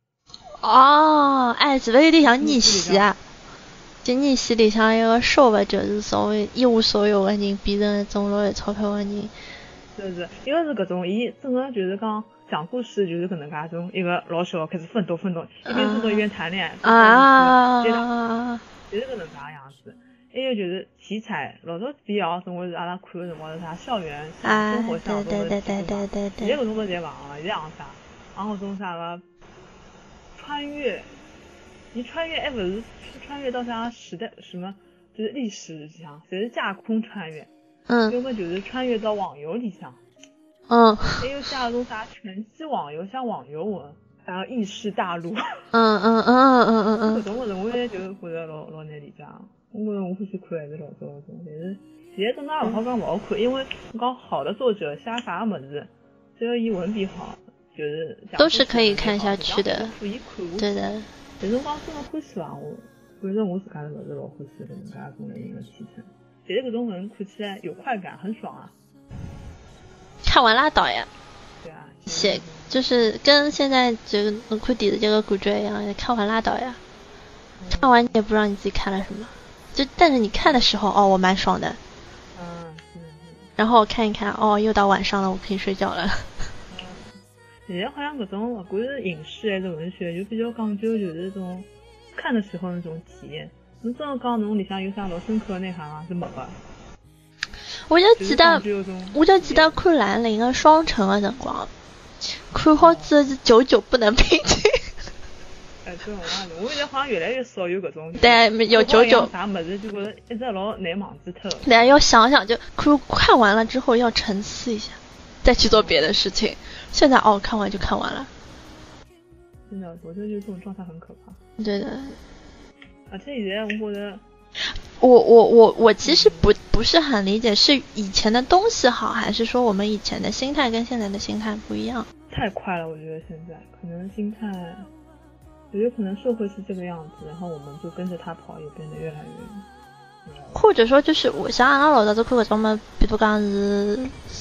是不是有点像逆袭啊？就逆袭里向一个说法，就是所谓一无所有的人变成一种老有钞票的人。 是，因为是搿种，伊整个就是讲故事，就是搿能介从一个老小开始奋斗，一边奋斗一边谈恋爱，就是搿能介样子。还有就是题材，老早 BL 总归是阿拉看的辰光是啥校园生活向种的题材嘛。现在搿种物事侪勿行了，现在像啥？搿种啥个穿越，你穿越还勿是穿越到啥时代什么，就是历史上，侪是架空穿越。要么就是穿越到网游里向。还有像那种啥全息网游，像网游文，还有异世大陆。搿种物事我现在就觉着老难理解。我觉着我欢喜看还是老早搿种，但是现在真的也勿好讲勿好看，因为讲好的作者写啥物事，只要伊文笔好，就是都是可以看下去的。 可以看。 对的。 但是我讲真的欢喜伐？我反正我自家是勿是老欢喜搿能介种类型的题材。但是搿种人看起来有快感，很爽啊！ 看完拉倒呀。 对啊。 就是跟现在这个看电视这个感觉一样，看完拉倒呀。看完你也不知道你自己看了什么，但是你看的时候，我蛮爽的。然后我看一看，又到晚上了，我可以睡觉了。 现在好像搿种不管是影视还是文学，就比较讲究就是这种看的时候那种体验。侬真的讲侬里向有啥老深刻的内涵啊？是没个。 我就记得看兰陵的双城的辰光，看好之后是久久不能平静。 这种我现在好像越来越少有搿种。 对，有久久啥物事就觉得一直老难忘记脱。 对，要想想就看完了之后要沉思一下，再去做别的事情。现在看完就看完了。 真的，我觉得这种状态很可怕。 对的。 而且现在我觉得， 我其实不是很理解，是以前的东西好，还是说我们以前的心态跟现在的心态不一样？ 太快了，我觉得现在可能心态，我觉得可能社会是这个样子，然后我们就跟着它跑，也变得越来越。 或者说就是我像阿拉老早子看搿种么，比如讲是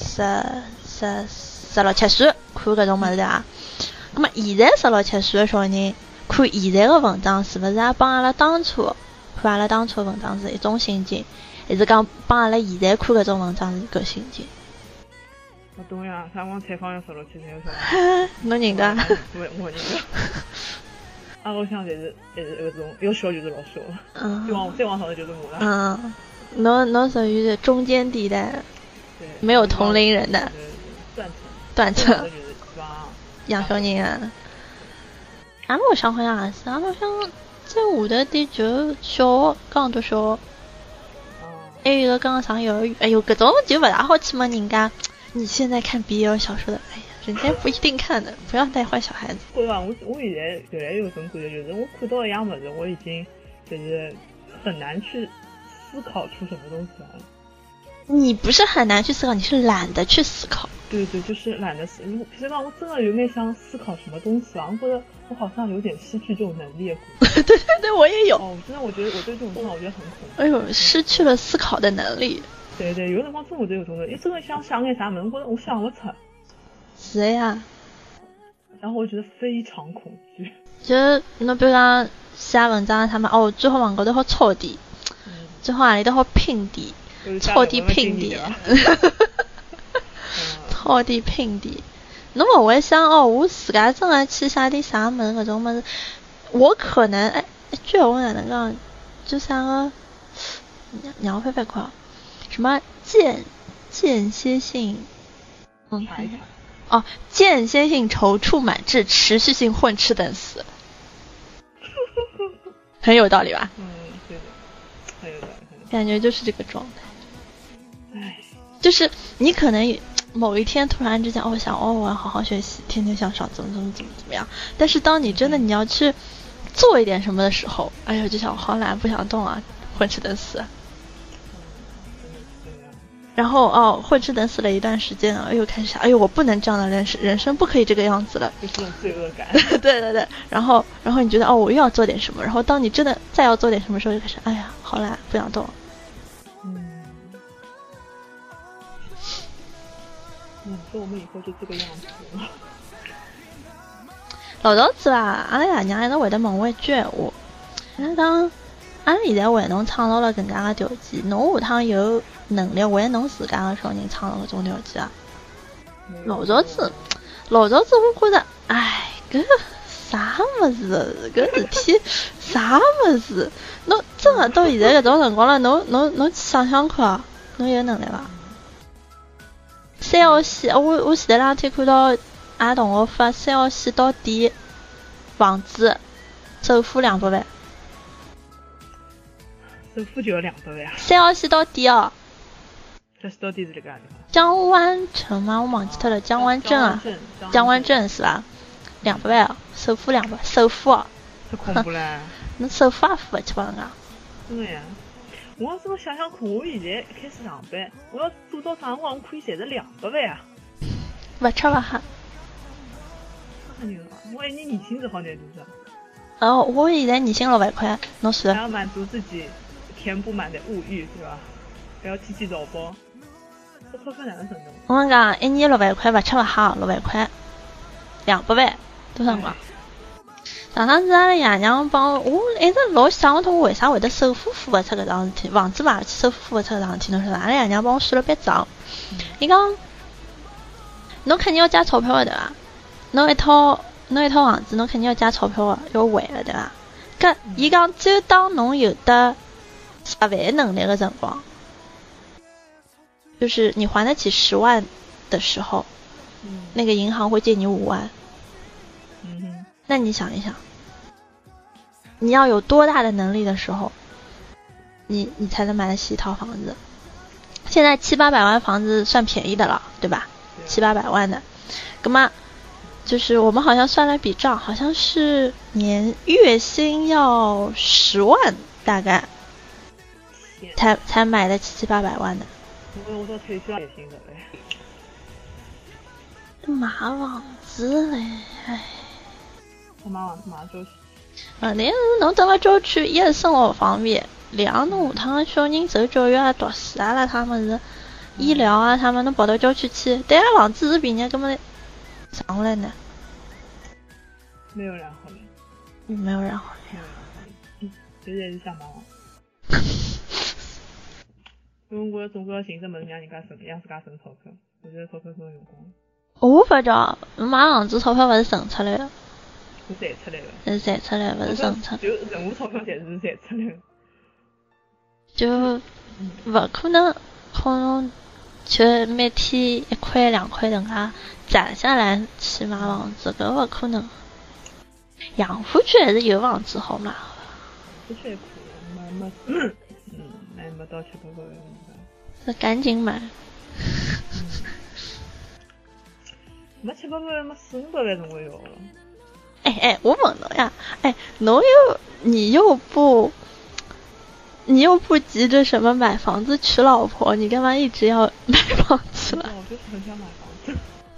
16、17岁看搿种么子啊，那么现在16、17岁的小人看现在的文章，是不是也帮阿拉当初看阿拉当初文章是一种心情，还是讲帮阿拉现在看搿种文章是一个心情？ 我懂呀，啥光采访要16、17岁有啥？ 侬认得？ 我认得。阿拉想侪是搿种要小就是老小，再往上就是我了。 侬属于中间地带，没有同龄人的。断层。养小人啊。俺老乡好像也是，俺老乡在下头点就小学，刚读小学，还有一个刚刚上幼儿园。哎呦，搿种就勿大好去问人家。你现在看 BL 小说的，哎呀，人家不一定看的，不要带坏小孩子。 对吧？我现在越来越有种感觉，就是我看到一样物事，我已经就是很难去思考出什么东西来了。 你不是很难去思考，你是懒得去思考。 对，就是懒得思。其实讲我真的有点想思考什么东西啊，我觉得我好像有点失去这种能力。 对，我也有。 真的，我觉得我对这种状态我觉得很恐怖。 哎呦，失去了思考的能力。 对，有辰光真的有种人，真的想眼啥门，我想不出。 是呀。 然后我觉得非常恐惧。 就侬比如讲写文章，他们最好网高头好抄点，最好哪里都好拼点。 超地平地，超地平地。侬勿会想哦，我自家真的去写点啥物事搿种物事，我可能一句闲话哪能讲，就啥个让我翻翻看，什么间歇性，看一下。哦，间歇性踌躇满志，持续性混吃等死，很有道理吧？ 对的，很有道理。 感觉就是这个状态。就是你可能某一天突然之间，我想我要好好学习，天天向上，怎么样。但是当你真的你要去做一点什么的时候，哎呀，就想好懒，不想动啊，混吃等死。然后混吃等死了一段时间，又开始想，我不能这样的人生不可以这个样子了， 就是这种罪恶感。 对，然后你觉得我又要做点什么，然后当你真的再要做点什么时候，就开始好懒，不想动。 说我们以后就这个样子了。 老早子吧，阿拉爷娘一直会得问我一句闲话，那讲阿拉现在为侬创造了更加的条件，侬下趟有能力为侬自家的小人创造搿种条件啊？老早子我觉着，搿啥物事，搿事体啥物事？侬真的到现在搿种辰光了，侬去想想看，侬有能力伐？3号线，我前两天看到俺同学发3号线到底房子首付200万， 首付就要200万啊 ！3号线到底哦。 这是到底是这个地方？ 江湾城吗？我忘记掉了，江湾镇啊，江湾镇是吧？200万啊，首付200，首付啊。 太恐怖了！ 侬首付也付不起帮人家。 真的呀！我怎么想想看，我现在一开始上班，我要做到啥辰光我可以赚着200万啊！ 不吃不喝。 太牛了！我一年年薪是好赚多少？ 我现在年薪6万块，侬算？ 还要满足自己填不满的物欲，对吧？不要天天找包。这钞票哪能存的？ 我跟你讲，一年6万块，不吃不喝6万块，200万多少辰光？上趟子阿拉爷娘帮我一直老想不通，为啥会得首付付不出搿桩事体，房子买不起，首付付不出搿桩事体，侬晓得伐？阿拉爷娘帮我算了笔账，伊讲侬肯定要加钞票的对伐？侬一套房子，侬肯定要加钞票的，要还的对伐？搿伊讲只有当侬有的10万能力的辰光，就是你还得起10万的时候，那个银行会借你5万。那你想一想，你要有多大的能力的时候，你才能买得起一套房子？现在700-800万房子算便宜的了，对吧？700-800万的，那么就是我们好像算了笔账，好像是月薪要10万，大概才买得起700-800万的。 我说退休也行的嘞。 买房子嘞， 买房子马就是。 但是侬等个郊区，一是生活方便，2侬下趟小人受教育啊、读书啊啦，他们是医疗啊，他们侬跑到郊区去，但是房子是便宜，根本上不来呢。 没有人好的。 没有人好的。现在是想买房。因为我总归要寻什么让人家让自家省钞票，我觉得钞票是很有光。 我不知道，买房子钞票不是省出来的。 是赚出来的。 是赚出来，不是省出来。 就任何钞票侪是赚出来的。 就不可能就每天1块2块人家攒下来去买房子，搿不可能。养父区还是有房子好买。 不缺苦，没到700-800万。 那赶紧买。 没700-800万，没400-500万总归有了。 我问侬呀，你又不急着什么买房子娶老婆，你干嘛一直要买房子了？ 我就是很想买房子。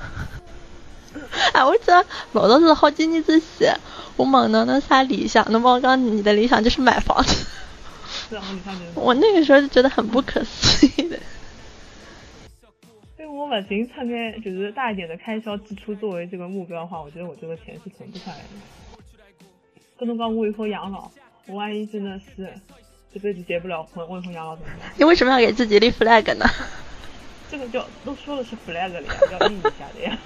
我记得老早是好几年之前，我问侬啥理想，侬帮我讲你的理想就是买房子。 是啊， 我那个时候就觉得很不可思议的。 因为我不仅出眼就是大一点的开销支出作为这个目标的话，我觉得我这个钱是存不下来的。跟侬讲我以后养老，我万一真的是这辈子结不了婚，未婚养老怎么办？ 你为什么要给自己立 flag 呢？ 这个叫都说的是 flag 了呀，要立一下的呀。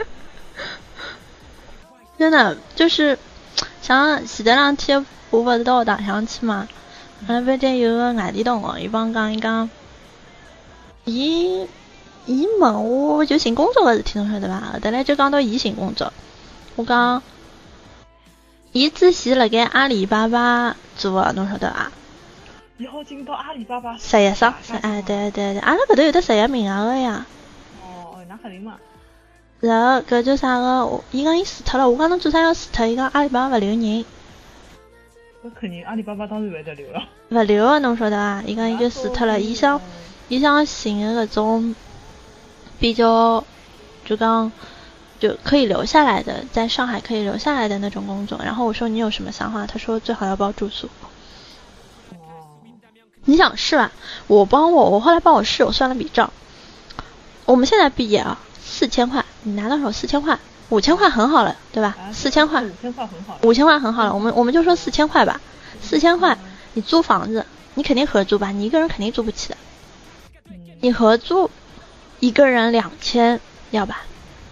真的就是像前头两天我不是到学堂去嘛，然后反正有个外地同学，伊帮讲，伊讲，伊问我就寻工作个事体，侬晓得伐？后头来就讲到伊寻工作，我讲，伊之前辣盖阿里巴巴做个，侬晓得伐？ 以后进到阿里巴巴实习生，哎，对，阿拉搿头有得实习名额个呀。 哦，那肯定嘛。 然后搿叫啥个？伊讲伊辞脱了，我讲侬做啥要辞脱？伊讲阿里巴巴勿留人。搿肯定阿里巴巴当然会得留了。 勿留个侬晓得伐？伊讲伊就辞脱了，伊想寻个搿种比较就讲就可以留下来的，在上海可以留下来的那种工作。然后我说你有什么想法？他说最好要包住宿。你想试吧？我后来帮我试，我算了笔账。我们现在毕业啊，4000块，你拿到手4000块，5000块很好了，对吧？4000块 ，5000块很好了。 5000块很好了，我们就说4000块吧。4000块，你租房子，你肯定合租吧？你一个人肯定租不起的。你合租，一个人2000，要吧？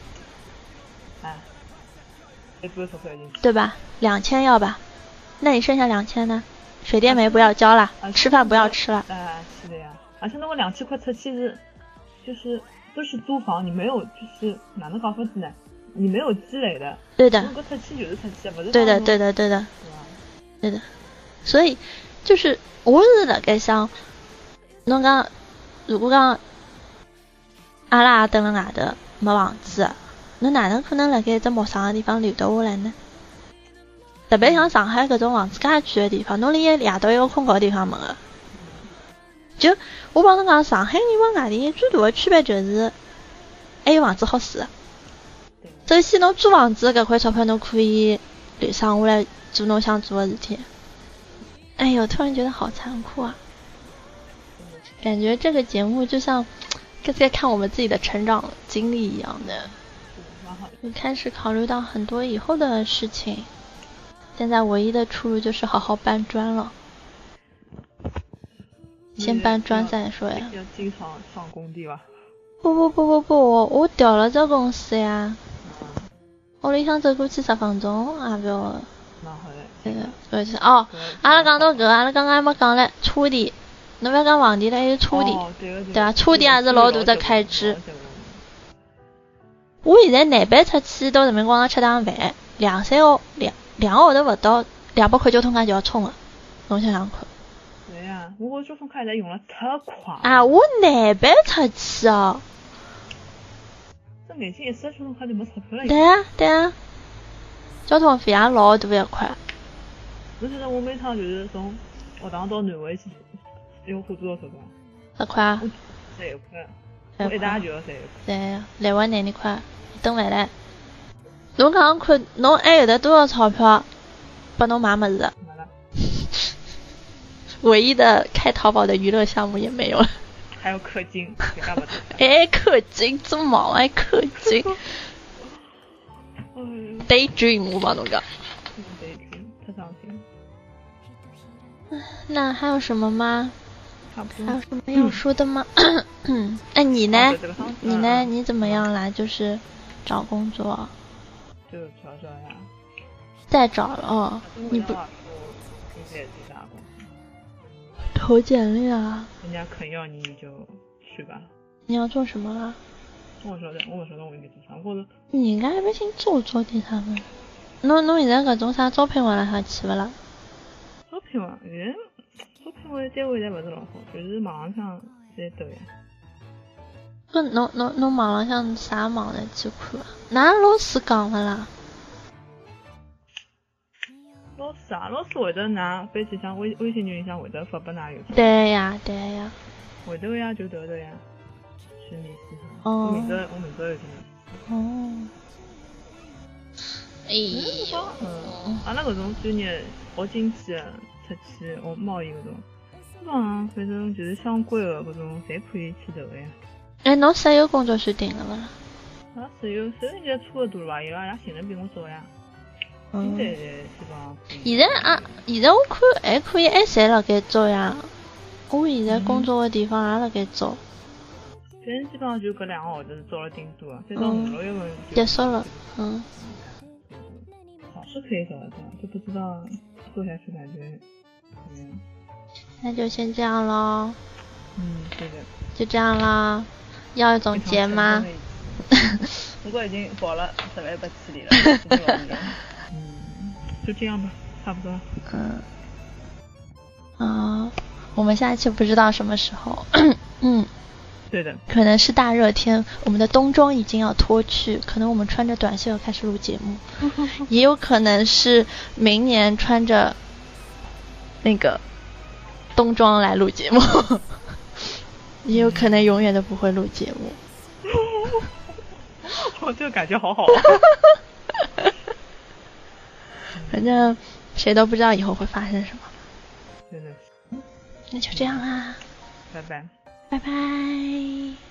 对吧？2000要吧？那你剩下2000呢？水电煤不要交了，吃饭不要吃了。 是的呀。而且那个2000块出去就是都是租房，你没有就是哪能讲法子呢？你没有积累的。对的。那个出去就是出去，不是。 对的。对的。所以就是我是辣盖想，侬讲如果讲阿拉也蹲辣外头没房子，侬哪能可能辣盖一只陌生的地方留得下来呢？特别像上海搿种房子介贵的地方，侬连夜到一个困觉的地方没个。就我帮侬讲，上海人帮外地人最大的区别就是还有房子好住。首先侬租房子搿块钞票侬可以留省下来做侬想做的事体。哎呦，突然觉得好残酷啊！感觉这个节目就像在看我们自己的成长经历一样的。就开始考虑到很多以后的事情。现在唯一的出路就是好好搬砖了。先搬砖再说呀。 要经常上工地吧？ 不，我调了这公司呀。屋里向走过去10分钟也不要。 蛮好的。 对的。哦，阿拉讲到搿，阿拉刚刚还没讲嘞，车钿。侬勿要讲房钿了，还有车钿，对吧？车钿也是老大的开支。我现在难班出去到人民广场吃趟饭，2-3个号头不到，200块交通卡就要充了，侬想想看。 对呀，我交通卡现在用了太快。 啊，我难班出去哦。 这眼睛一塞交通卡就没钞票了。 对啊，交通费也老大一块。 侬晓得我每趟就是从学堂到南汇去，要花多少钞票 ？10块啊。 3块。我一大就要3块。 对，来回90块，等回来。侬讲看，侬还有得多少钞票帮侬买么子？唯一的开淘宝的娱乐项目也没有了。 还有氪金， 氪金这么忙还氪金？Daydream 我帮侬讲。 Daydream 太伤心。 那还有什么吗？ 差不多。 还有什么要说的吗？哎，你呢？你怎么样啦？就是找工作。 就找呀。 再找了哦。你不。投简历啊。 人家肯要你就去吧。 你要做什么啦？ 我说的我应该做啥？或者。 你应该不行做点啥么？侬现在搿种啥招聘完了还去不啦？ 招聘嘛，招聘我单位现在勿是老好，就是网浪向在抖呀。 不，侬网浪向啥网站去看啊？哪老师讲的啦？ 老师会得拿飞机上微信群里向会得发拨㑚邮件。 对呀。 会得呀，就得的呀。去面试哈。 哦。 我明朝有去面试。哦。哎呦。 阿拉搿种专业学经济的出去学贸易搿种，基本上反正就是相关的搿种，侪可以去投的呀。 哎，侬室友工作室定了勿啦？ 室友应该差不多了吧？伊拉也寻得比我早呀。 现在基本上可以。 现在我看还可以，还侪辣盖做呀。我现在工作的地方也辣盖做。 反正基本上就搿2个号头是做了顶多，再到5、6月份结束了。 好是可以找得到，就不知道做下去感觉怎么样。 那就先这样咯。 对的。 就这样啦。要总结吗？ 我已经跑了10万8千里了。就这样吧，差不多。 我们下一期不知道什么时候。 对的。 可能是大热天，我们的冬装已经要脱去，可能我们穿着短袖开始录节目，也有可能是明年穿着那个冬装来录节目，也有可能永远都不会录节目。 我这个感觉好好。 反正谁都不知道以后会发生什么。 真的。 那就这样啦。 拜拜。 拜拜。